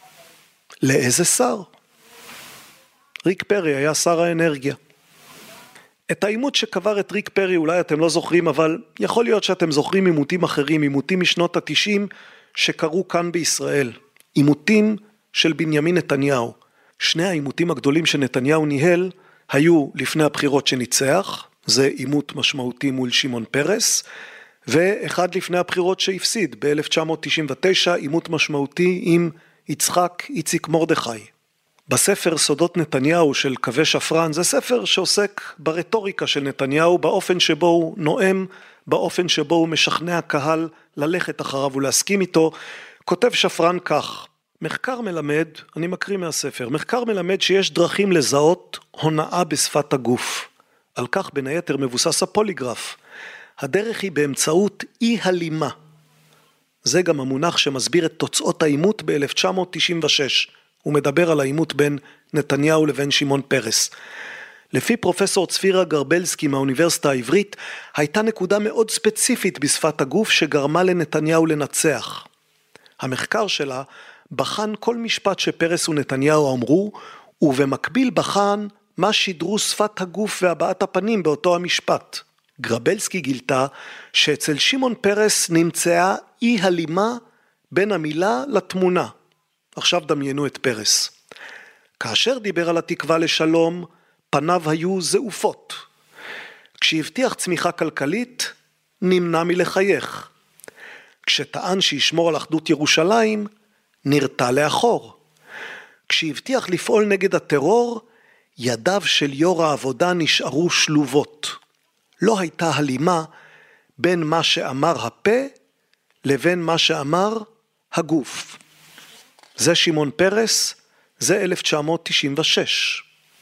B: לאיזה שר? ריק פרי היה שר האנרגיה. את העימות שקבר את ריק פרי אולי אתם לא זוכרים, אבל יכול להיות שאתם זוכרים עימותים אחרים, עימותים משנות התשעים שקרו כאן בישראל. עימותים של בנימין נתניהו. שני העימותים הגדולים שנתניהו ניהל היו לפני הבחירות שניצח, זה עימות משמעותי מול שמעון פרס, ואחד לפני הבחירות שהפסיד ב-אלף תשע מאות תשעים ותשע, עימות משמעותי עם יצחק איציק מרדכי. בספר סודות נתניהו של קווי שפרן, זה ספר שעוסק ברטוריקה של נתניהו, באופן שבו הוא נואם, באופן שבו הוא משכנע קהל ללכת אחריו ולהסכים איתו. כותב שפרן כך: מחקר מלמד, אני מקריא מהספר, מחקר מלמד שיש דרכים לזהות הונאה בשפת הגוף. על כך בין היתר מבוסס הפוליגרף. הדרך היא באמצעות אי הלימה. זה גם המונח שמסביר את תוצאות העימות ב-אלף תשע מאות תשעים ושש. הוא מדבר על העימות בין נתניהו לבין שמעון פרס. לפי פרופסור צפירה גרבלסקי מהאוניברסיטה העברית, הייתה נקודה מאוד ספציפית בשפת הגוף שגרמה לנתניהו לנצח. המחקר שלה בחן כל משפט שפרס ונתניהו אמרו, ובמקביל בחן מה שידרו שפת הגוף והבעת הפנים באותו המשפט. גרבלסקי גילתה שאצל שמעון פרס נמצאה אי הלימה בין המילה לתמונה. עכשיו דמיינו את פרס. כאשר דיבר על התקווה לשלום, פניו היו זעופות. כשהבטיח צמיחה כלכלית, נמנע מלחייך. כשטען שישמור על אחדות ירושלים, נרתע לאחור. כשהבטיח לפעול נגד הטרור, ידיו של יו"ר העבודה נשארו שלובות. לא הייתה הלימה בין מה שאמר הפה לבין מה שאמר הגוף. זה שמעון פרס, זה אלף תשע מאות תשעים ושש.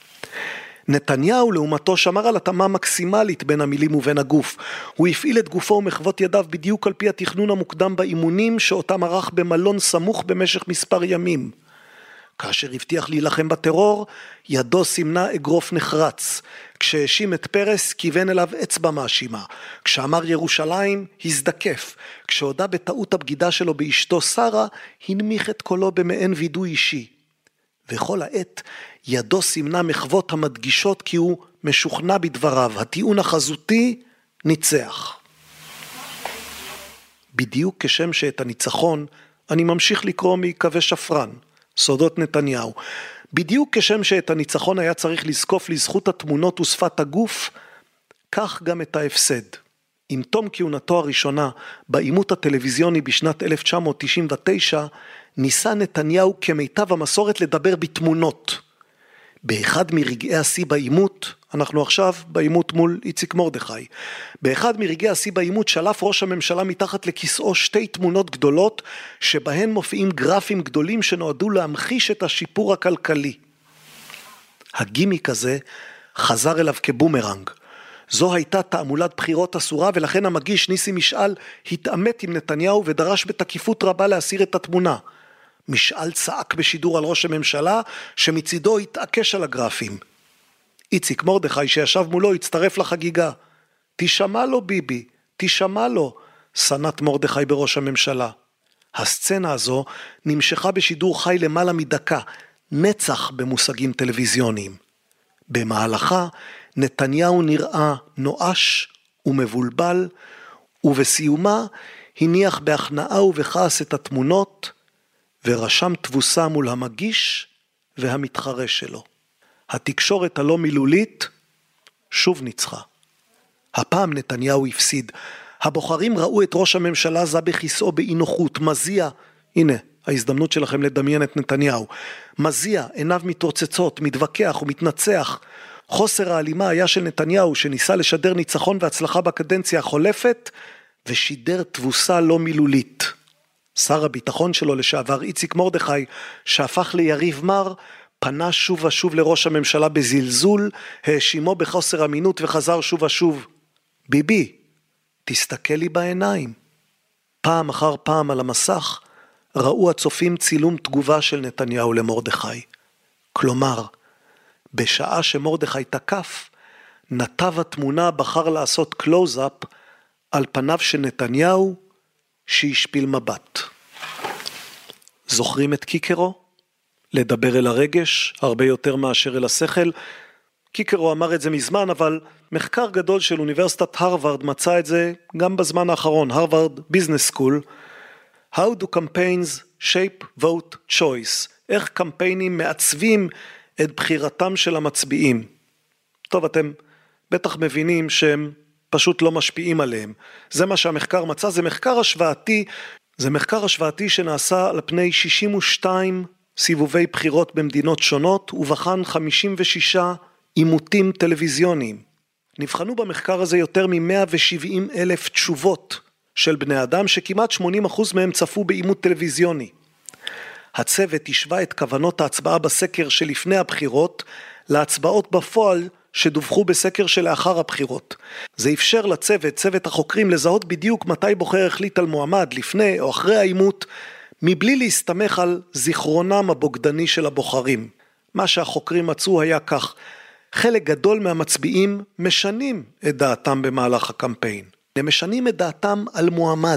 B: נתניהו לעומתו שמר על התאמה מקסימלית בין המילים ובין הגוף. הוא הפעיל את גופו ומחוות ידיו בדיוק על פי התכנון המוקדם באימונים שאותם ערך במלון סמוך במשך מספר ימים. כאשר הבטיח להילחם בטרור, ידו סימנה אגרוף נחרץ. כשהאשים את פרס, כיוון אליו אצבע מאשימה. כשאמר ירושלים, הזדקף. כשהודה בטעות הבגידה שלו באשתו שרה, הנמיך את קולו במעין וידוי אישי. וכל העת, ידו סימנה מחוות המדגישות כי הוא משוכנע בדבריו. הטיעון החזותי ניצח. בדיוק כשם שאת הניצחון, אני ממשיך לקרוא מקווי שפרן. סודות נתניהו. בדיוק כשם שאת הניצחון היה צריך לזקוף לזכות התמונות ושפת הגוף, כך גם את ההפסד. עם תום כהונתו הראשונה בעימות הטלוויזיוני בשנת אלף תשע מאות תשעים ותשע, ניסה נתניהו כמיטב המסורת לדבר בתמונות. באחד מרגעי השיא בעימות, אנחנו עכשיו בעימות מול איציק מרדכי, באחד מרגעי השיא בעימות שלף ראש הממשלה מתחת לכיסאו שתי תמונות גדולות, שבהן מופיעים גרפים גדולים שנועדו להמחיש את השיפור הכלכלי. הגימיק הזה חזר אליו כבומרנג. זו הייתה תעמולת בחירות אסורה, ולכן המגיש ניסי משאל התעמת עם נתניהו ודרש בתקיפות רבה להסיר את התמונה. משאל צעק בשידור על ראש הממשלה, שמצידו התעקש על הגרפים. איציק מרדכי שישב מולו הצטרף לחגיגה. תשמע לו ביבי, תשמע לו, סנת מרדכי בראש הממשלה. הסצנה הזו נמשכה בשידור חי למעלה מדקה, נצח במושגים טלוויזיוניים. במהלכה נתניהו נראה נואש ומבולבל, ובסיומה הניח בהכנעה ובכעס את התמונות, ורשם תבוסה מול המגיש והמתחרה שלו. התקשורת הלא מילולית שוב ניצחה. הפעם נתניהו הפסיד. הבוחרים ראו את ראש הממשלה זה בכיסאו באי נוחות, מזיע, הנה ההזדמנות שלכם לדמיין את נתניהו, מזיע, עיניו מתרוצצות, מתווכח ומתנצח. חוסר ההלימה היה של נתניהו שניסה לשדר ניצחון והצלחה בקדנציה החולפת, ושידר תבוסה לא מילולית. שר הביטחון שלו לשעבר איציק מרדכי, שהפך ליריב מר, פנה שוב ושוב לראש הממשלה בזלזול, האשימו בחוסר אמינות וחזר שוב ושוב. ביבי, תסתכל לי בעיניים. פעם אחר פעם על המסך, ראו הצופים צילום תגובה של נתניהו למרדכי. כלומר, בשעה שמרדכי תקף, נתב התמונה בחר לעשות קלוז-אפ על פניו של נתניהו שהשפיל מבט. זוכרים את קיקרו? לדבר אל הרגש, הרבה יותר מאשר אל השכל. קיקרו אמר את זה מזמן, אבל מחקר גדול של אוניברסיטת הרווארד מצא את זה גם בזמן האחרון, הרווארד ביזנס סקול. How do campaigns shape vote choice? איך קמפיינים מעצבים את בחירתם של המצביעים? טוב, אתם בטח מבינים שהם פשוט לא משפיעים עליהם. זה מה שהמחקר מצא, זה מחקר השוואתי, זה מחקר השוואתי שנעשה על פני שישים ושתיים סיבובי בחירות במדינות שונות, ובחן חמישים ושישה עימותים טלוויזיוניים. נבחנו במחקר הזה יותר מ-מאה ושבעים אלף תשובות של בני אדם, שכמעט שמונים אחוז מהם צפו בעימות טלוויזיוני. הצוות השווה את כוונות ההצבעה בסקר שלפני הבחירות, להצבעות בפועל שדווחו בסקר שלאחר הבחירות. זה אפשר לצוות, צוות החוקרים, לזהות בדיוק מתי בוחר החליט על מועמד, לפני או אחרי העימות, מבלי להסתמך על זיכרונם הבוגדני של הבוחרים. מה שהחוקרים מצאו היה כך, חלק גדול מהמצביעים משנים את דעתם במהלך הקמפיין. הם משנים את דעתם על מועמד,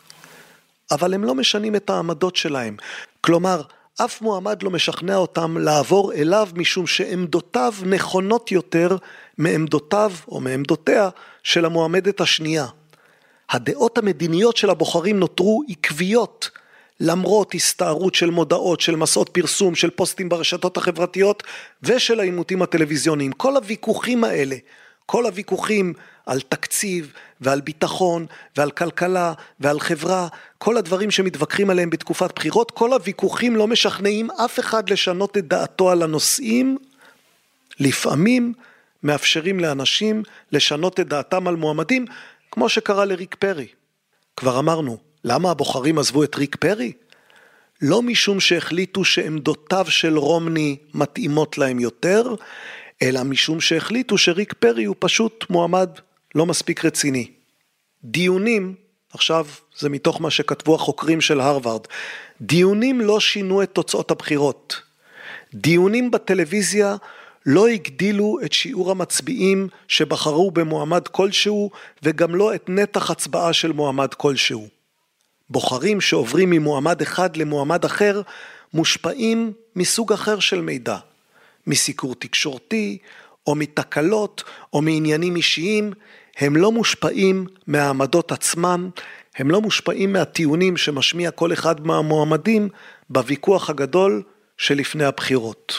B: אבל הם לא משנים את העמדות שלהם. כלומר, אף מועמד לא משכנע אותם לעבור אליו משום שעמדותיו נכונות יותר מעמדותיו או מעמדותיה של המועמדת השנייה. הדעות המדיניות של הבוחרים נותרו עקביות, למרות הסתערות של מודעות, של מסעות פרסום, של פוסטים ברשתות החברתיות ושל העימותים הטלוויזיוניים. כל הוויכוחים האלה, כל הוויכוחים על תקציב ועל ביטחון ועל כלכלה ועל חברה, כל הדברים שמתווכחים עליהם בתקופת בחירות, כל הוויכוחים לא משכנעים אף אחד לשנות את דעתו על הנושאים. לפעמים מאפשרים לאנשים לשנות את דעתם על מועמדים, כמו שקרה לריק פרי. כבר אמרנו, למה הבוחרים עזבו את ריק פרי? לא משום שהחליטו שעמדותיו של רומני מתאימות להם יותר, אלא משום שהחליטו שריק פרי הוא פשוט מועמד לא מספיק רציני. דיונים, עכשיו זה מתוך מה שכתבו החוקרים של הרווארד, דיונים לא שינו את תוצאות הבחירות. דיונים בטלוויזיה לא הגדילו את שיעור המצביעים שבחרו במועמד כלשהו, וגם לא את נתח הצבעה של מועמד כלשהו. בוחרים שעוברים ממועמד אחד למועמד אחר, מושפעים מסוג אחר של מידע, מסיקור תקשורתי, או מתקלות, או מעניינים אישיים. הם לא מושפעים מהעמדות עצמם, הם לא מושפעים מהטיעונים שמשמיע כל אחד מהמועמדים בוויכוח הגדול שלפני הבחירות.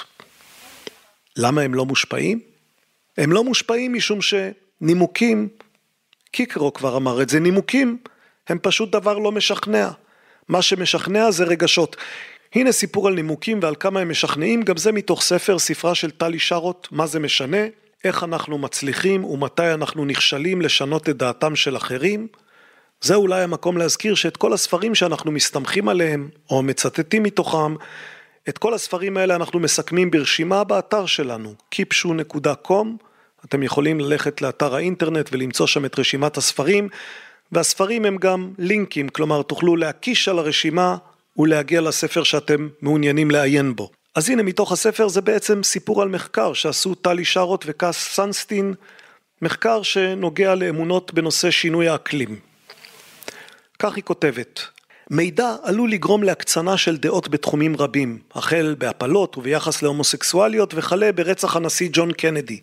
B: למה הם לא מושפעים? הם לא מושפעים משום שנימוקים, קיקרו כבר אמר את זה, נימוקים הם פשוט דבר לא משכנע. מה שמשכנע זה רגשות. הנה סיפור על נימוקים ועל כמה הם משכנעים, גם זה מתוך ספר, ספרה של טלי שרות, מה זה משנה, איך אנחנו מצליחים ומתי אנחנו נכשלים לשנות את דעתם של אחרים. זה אולי המקום להזכיר שאת כל הספרים שאנחנו מסתמכים עליהם, או מצטטים מתוכם, את כל הספרים האלה אנחנו מסכמים ברשימה באתר שלנו, קיפשו נקודה קום, אתם יכולים ללכת לאתר האינטרנט ולמצוא שם את רשימת הספרים, והספרים הם גם לינקים, כלומר תוכלו להקיש על הרשימה ולהגיע לספר שאתם מעוניינים לעיין בו. אז הנה מתוך הספר זה בעצם סיפור על מחקר שעשו טלי שרות וקאס סנסטין, מחקר שנוגע לאמונות בנושא שינוי האקלים. כך היא כותבת, מידע עלול לגרום להקצנה של דעות בתחומים רבים, החל בהפלות וביחס להומוסקסואליות וכלה ברצח הנשיא ג'ון קנדי.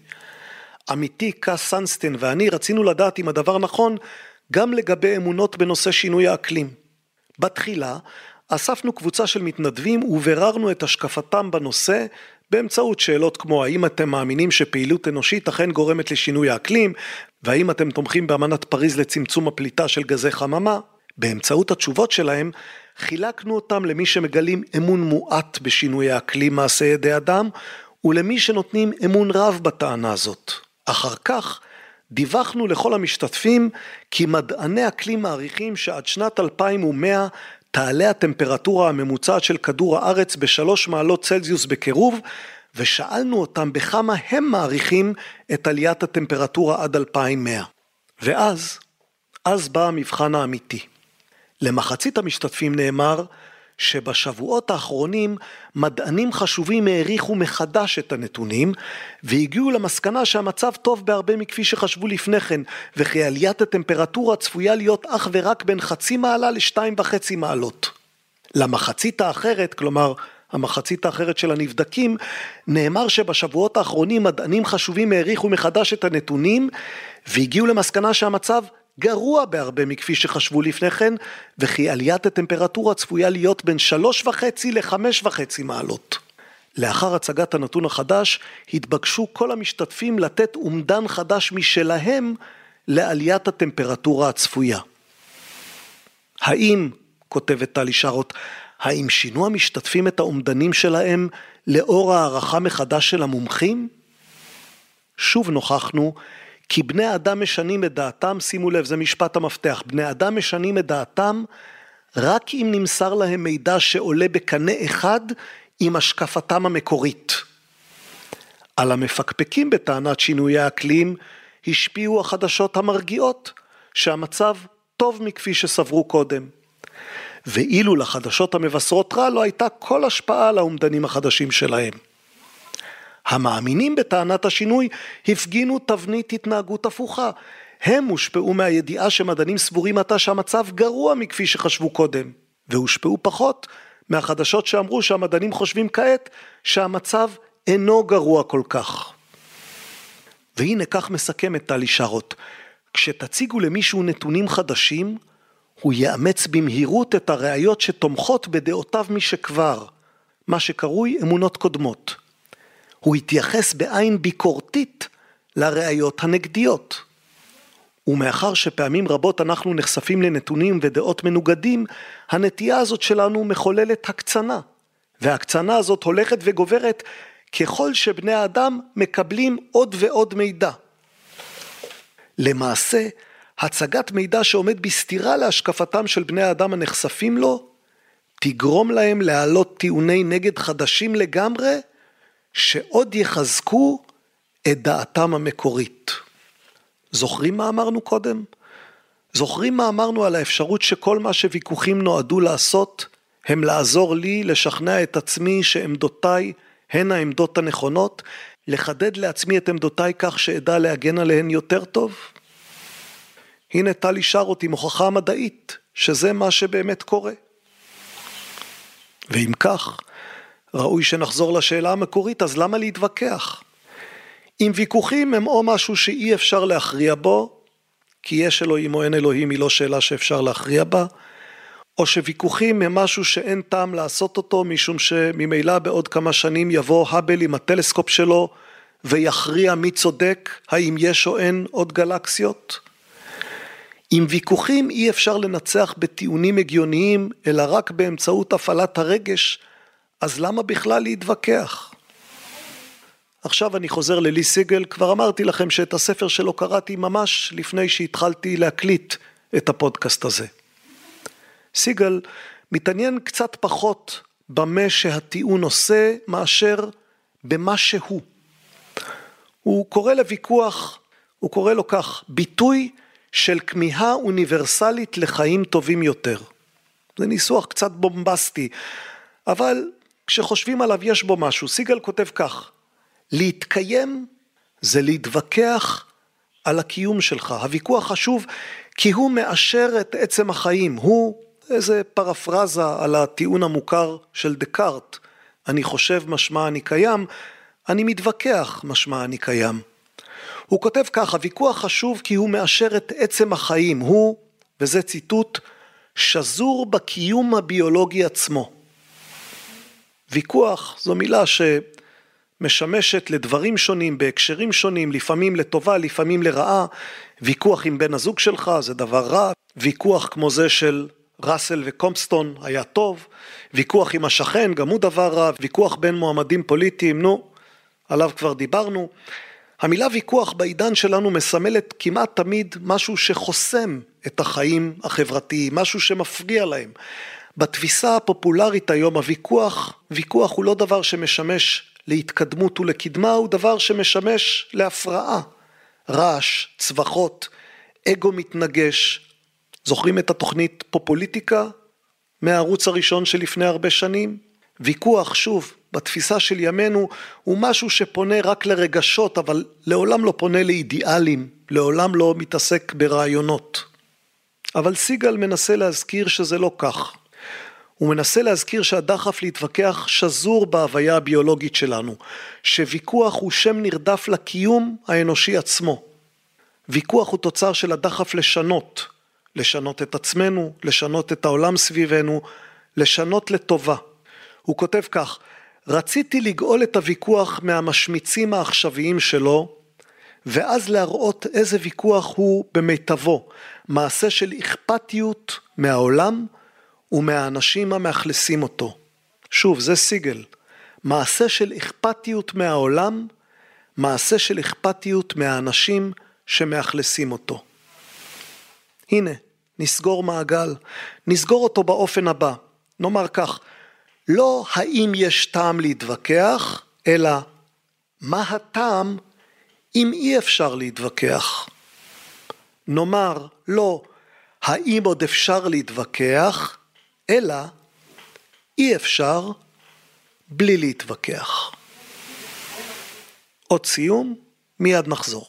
B: עמיתי קאס סנסטין ואני רצינו לדעת אם הדבר נכון גם לגבי אמונות בנושא שינוי האקלים. בתחילה אספנו קבוצה של מתנדבים ובררנו את השקפתם בנושא באמצעות שאלות כמו האם אתם מאמינים שפעילות אנושית אכן גורמת לשינוי האקלים, והאם אתם תומכים באמנת פריז לצמצום הפליטה של גזי חממה. באמצעות התשובות שלהם חילקנו אותם למי שמגלים אמון מועט בשינוי האקלים מעשה ידי אדם, ולמי שנותנים אמון רב בטענה הזאת. אחר כך דיווחנו לכל המשתתפים כי מדעני אקלים מעריכים שעד שנת אלפיים ומאה תעלה הטמפרטורה הממוצעת של כדור הארץ בשלוש מעלות צלזיוס בקירוב, ושאלנו אותם בכמה הם מעריכים את עליית הטמפרטורה עד אלפיים ומאה. ואז, אז בא המבחן האמיתי. למחצית המשתתפים נאמר שבשבועות האחרונים מדענים חשובים העריכו מחדש את הנתונים, והגיעו למסקנה שהמצב טוב בהרבה מכפי שחשבו לפני כן, וכי עליית הטמפרטורה צפויה להיות אך ורק בין חצי מעלה לשתיים וחצי מעלות. למחצית האחרת, כלומר המחצית האחרת של הנבדקים, נאמר שבשבועות האחרונים מדענים חשובים העריכו מחדש את הנתונים, והגיעו למסקנה שהמצב גרוע בהרבה מכפי שחשבו לפני כן, וכי עליית הטמפרטורה צפויה להיות בין שלוש וחצי לחמש וחצי מעלות. לאחר הצגת הנתון החדש, התבקשו כל המשתתפים לתת אומדן חדש משלהם לעליית הטמפרטורה הצפויה. האם, כותבת טלי שרות, האם שינו המשתתפים את האומדנים שלהם לאור הערכה מחדש של המומחים? שוב נוכחנו כי בני אדם משנים את דעתם, שימו לב, זה משפט המפתח, בני אדם משנים את דעתם רק אם נמסר להם מידע שעולה בקנה אחד עם השקפתם המקורית. על המפקפקים בטענת שינוי האקלים השפיעו החדשות המרגיעות שהמצב טוב מכפי שסברו קודם. ואילו לחדשות המבשרות רע לא הייתה כל השפעה על האומדנים החדשים שלהם. המאמינים בטענת השינוי הפגינו תבנית התנהגות הפוכה. הם הושפעו מהידיעה שמדענים סבורים עתה שהמצב גרוע מכפי שחשבו קודם, והושפעו פחות מהחדשות שאמרו שהמדענים חושבים כעת שהמצב אינו גרוע כל כך. והנה כך מסכם את טלי שרות, כשתציגו למישהו נתונים חדשים, הוא יאמץ במהירות את הראיות שתומכות בדעותיו משכבר, מה שקרוי אמונות קודמות. הוא יתייחס בעין ביקורתית לראיות הנגדיות. ומאחר שפעמים רבות אנחנו נחשפים לנתונים ודעות מנוגדים, הנטייה הזאת שלנו מחוללת הקצנה, וההקצנה הזאת הולכת וגוברת ככל שבני האדם מקבלים עוד ועוד מידע. למעשה, הצגת מידע שעומד בסתירה להשקפתם של בני האדם הנחשפים לו, תגרום להם להעלות טיעוני נגד חדשים לגמרי, שעוד יחזקו את דעתם המקורית. זוכרים מה אמרנו קודם? זוכרים מה אמרנו על האפשרות שכל מה שוויכוחים נועדו לעשות, הם לעזור לי לשכנע את עצמי שעמדותיי הן העמדות הנכונות, לחדד לעצמי את עמדותיי כך שאדע להגן עליהן יותר טוב? הנה טלי שר אותי מוכחה מדעית, שזה מה שבאמת קורה. ואם כך, ראוי שנחזור לשאלה המקורית, אז למה להתווכח? אם ויכוחים הם או משהו שאי אפשר להכריע בו, כי יש אלוהים או אין אלוהים היא לא שאלה שאפשר להכריע בה, או שוויכוחים הם משהו שאין טעם לעשות אותו, משום שממילא בעוד כמה שנים יבוא האבל עם הטלסקופ שלו, ויכריע מי צודק, האם יש או אין עוד גלקסיות. עם ויכוחים אי אפשר לנצח בטיעונים הגיוניים, אלא רק באמצעות הפעלת הרגש, אז למה בכלל להתווכח? עכשיו אני חוזר ללי סיגל, כבר אמרתי לכם שאת הספר שלו קראתי ממש לפני שהתחלתי להקליט את הפודקאסט הזה. סיגל מתעניין קצת פחות במה שהטיעון עושה מאשר במה שהוא. הוא קורא לוויכוח, הוא קורא לו כך, ביטוי של כמיהה אוניברסלית לחיים טובים יותר. זה ניסוח קצת בומבסטי, אבל כשחושבים עליו יש בו משהו. סיגל כותב כך, להתקיים זה להתווכח על הקיום שלך. הוויכוח חשוב כי הוא מאשר את עצם החיים. הוא איזה פרפרזה על הטיעון המוכר של דקארט. אני חושב משמע אני קיים, אני מתווכח משמע אני קיים. הוא כותב כך, הוויכוח חשוב כי הוא מאשר את עצם החיים. הוא, וזה ציטוט, שזור בקיום הביולוגי עצמו. ויכוח זו מילה שמשמשת לדברים שונים, בהקשרים שונים, לפעמים לטובה, לפעמים לרעה. ויכוח עם בן הזוג שלך זה דבר רע, ויכוח כמו זה של ראסל וקומפסטון היה טוב, ויכוח עם השכן גם הוא דבר רע, ויכוח בין מועמדים פוליטיים, נו, עליו כבר דיברנו. המילה ויכוח בעידן שלנו מסמלת כמעט תמיד משהו שחוסם את החיים החברתיים, משהו שמפריע להם. בתפיסה הפופולרית היום הוויכוח, ויכוח הוא לא דבר שמשמש להתקדמות ולקדמה, הוא דבר שמשמש להפרעה. רעש, צווחות, אגו מתנגש. זוכרים את התוכנית פופוליטיקה מהערוץ הראשון שלפני הרבה שנים? ויכוח, שוב, בתפיסה של ימינו, הוא משהו שפונה רק לרגשות, אבל לעולם לא פונה לאידיאלים, לעולם לא מתעסק ברעיונות. אבל סיגל מנסה להזכיר שזה לא כך. הוא מנסה להזכיר שהדחף להתווכח שזור בהוויה הביולוגית שלנו, שוויכוח הוא שם נרדף לקיום האנושי עצמו. ויכוח הוא תוצר של הדחף לשנות, לשנות את עצמנו, לשנות את העולם סביבנו, לשנות לטובה. הוא כותב כך, רציתי לגאול את הוויכוח מהמשמיצים העכשוויים שלו, ואז להראות איזה ויכוח הוא במיטבו, מעשה של אכפתיות מהעולם ומהאנשים המאכלסים אותו. שוב, זה סיגל, מעשה של אכפתיות מהעולם, מעשה של אכפתיות מהאנשים שמאכלסים אותו. הנה, נסגור מעגל, נסגור אותו באופן הבא, נאמר כך, לא האם יש טעם להתווכח, אלא מה הטעם אם אי אפשר להתווכח. נאמר לא האם עוד אפשר להתווכח, אלא אי אפשר בלי להתווכח. עוד סיום, מיד נחזור.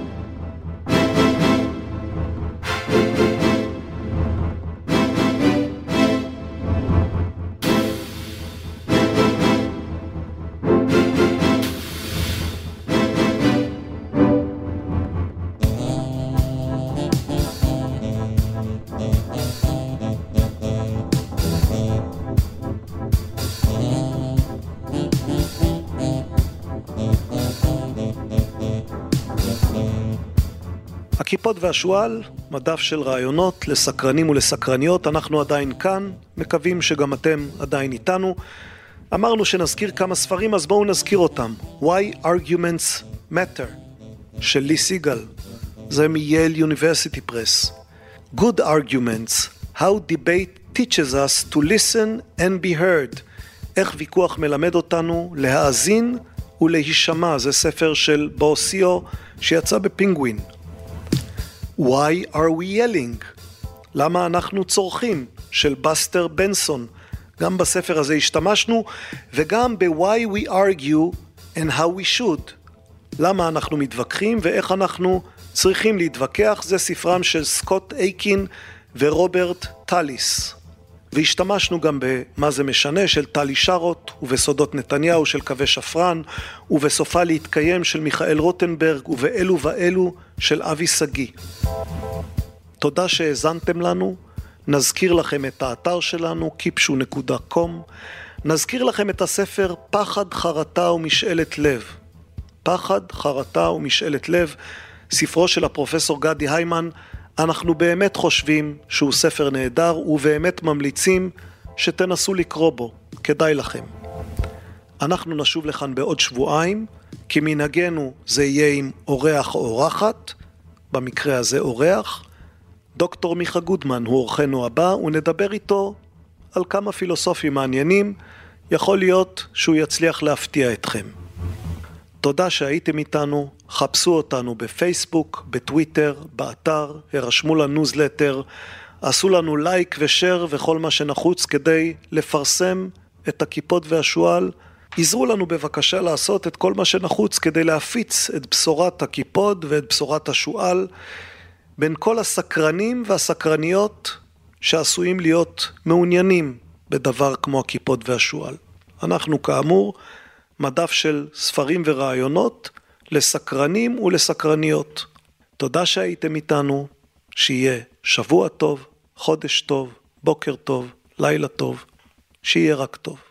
B: הכיפות והשואל, מדף של רעיונות לסקרנים ולסקרניות, אנחנו עדיין כאן, מקווים שגם אתם עדיין איתנו. אמרנו שנזכיר כמה ספרים, אז בואו נזכיר אותם. Why Arguments Matter, של לי סיגל, זה מייל יוניברסיטי פרס. Good Arguments, How Debate Teaches Us to Listen and Be Heard, איך ויכוח מלמד אותנו להאזין ולהישמע, זה ספר של באוסיו שיצא בפינגווין. Why are we yelling? למה אנחנו צורכים? של בסטר בנסון, גם בספר הזה השתמשנו, וגם ב-Why we argue and how we should. למה אנחנו מתווכחים ואיך אנחנו צריכים להתווכח. זה ספרם של סקוט אייקין ורוברט טליס. והשתמשנו גם במה זה משנה של טלי שרוט, ובסודות נתניהו של קווי שפרן, ובסופה להתקיים של מיכאל רוטנברג, ובאלו ואלו של אבי סגי. תודה שהאזנתם לנו. נזכיר לכם את האתר שלנו, קיפשו נקודה קום. נזכיר לכם את הספר פחד, חרטה ומשאלת לב. פחד, חרטה ומשאלת לב, ספרו של הפרופסור גדי היימן. אנחנו באמת חושבים שהוא ספר נהדר, ובאמת ממליצים שתנסו לקרוא בו. כדאי לכם. אנחנו נשוב לכאן בעוד שבועיים, כי מנהגנו זה יהיה עם אורח או אורחת, במקרה הזה אורח. דוקטור מיכה גודמן הוא אורחנו הבא, ונדבר איתו על כמה פילוסופים מעניינים. יכול להיות שהוא יצליח להפתיע אתכם. תודה שהייתם איתנו, חפשו אותנו בפייסבוק, בטוויטר, באתר, הרשמו לניוזלטר, עשו לנו לייק ושיר וכל מה שנחוץ כדי לפרסם את הכיפות והשואל. עזרו לנו בבקשה לעשות את כל מה שנחוץ כדי להפיץ את בשורת הכיפות ואת בשורת השואל בין כל הסקרנים והסקרניות שעשויים להיות מעוניינים בדבר כמו הכיפות והשואל. אנחנו כאמור מדף של ספרים ורעיונות לסקרנים ולסקרניות. תודה שהייתם איתנו, שיהיה שבוע טוב, חודש טוב, בוקר טוב, לילה טוב, שיהיה רק טוב.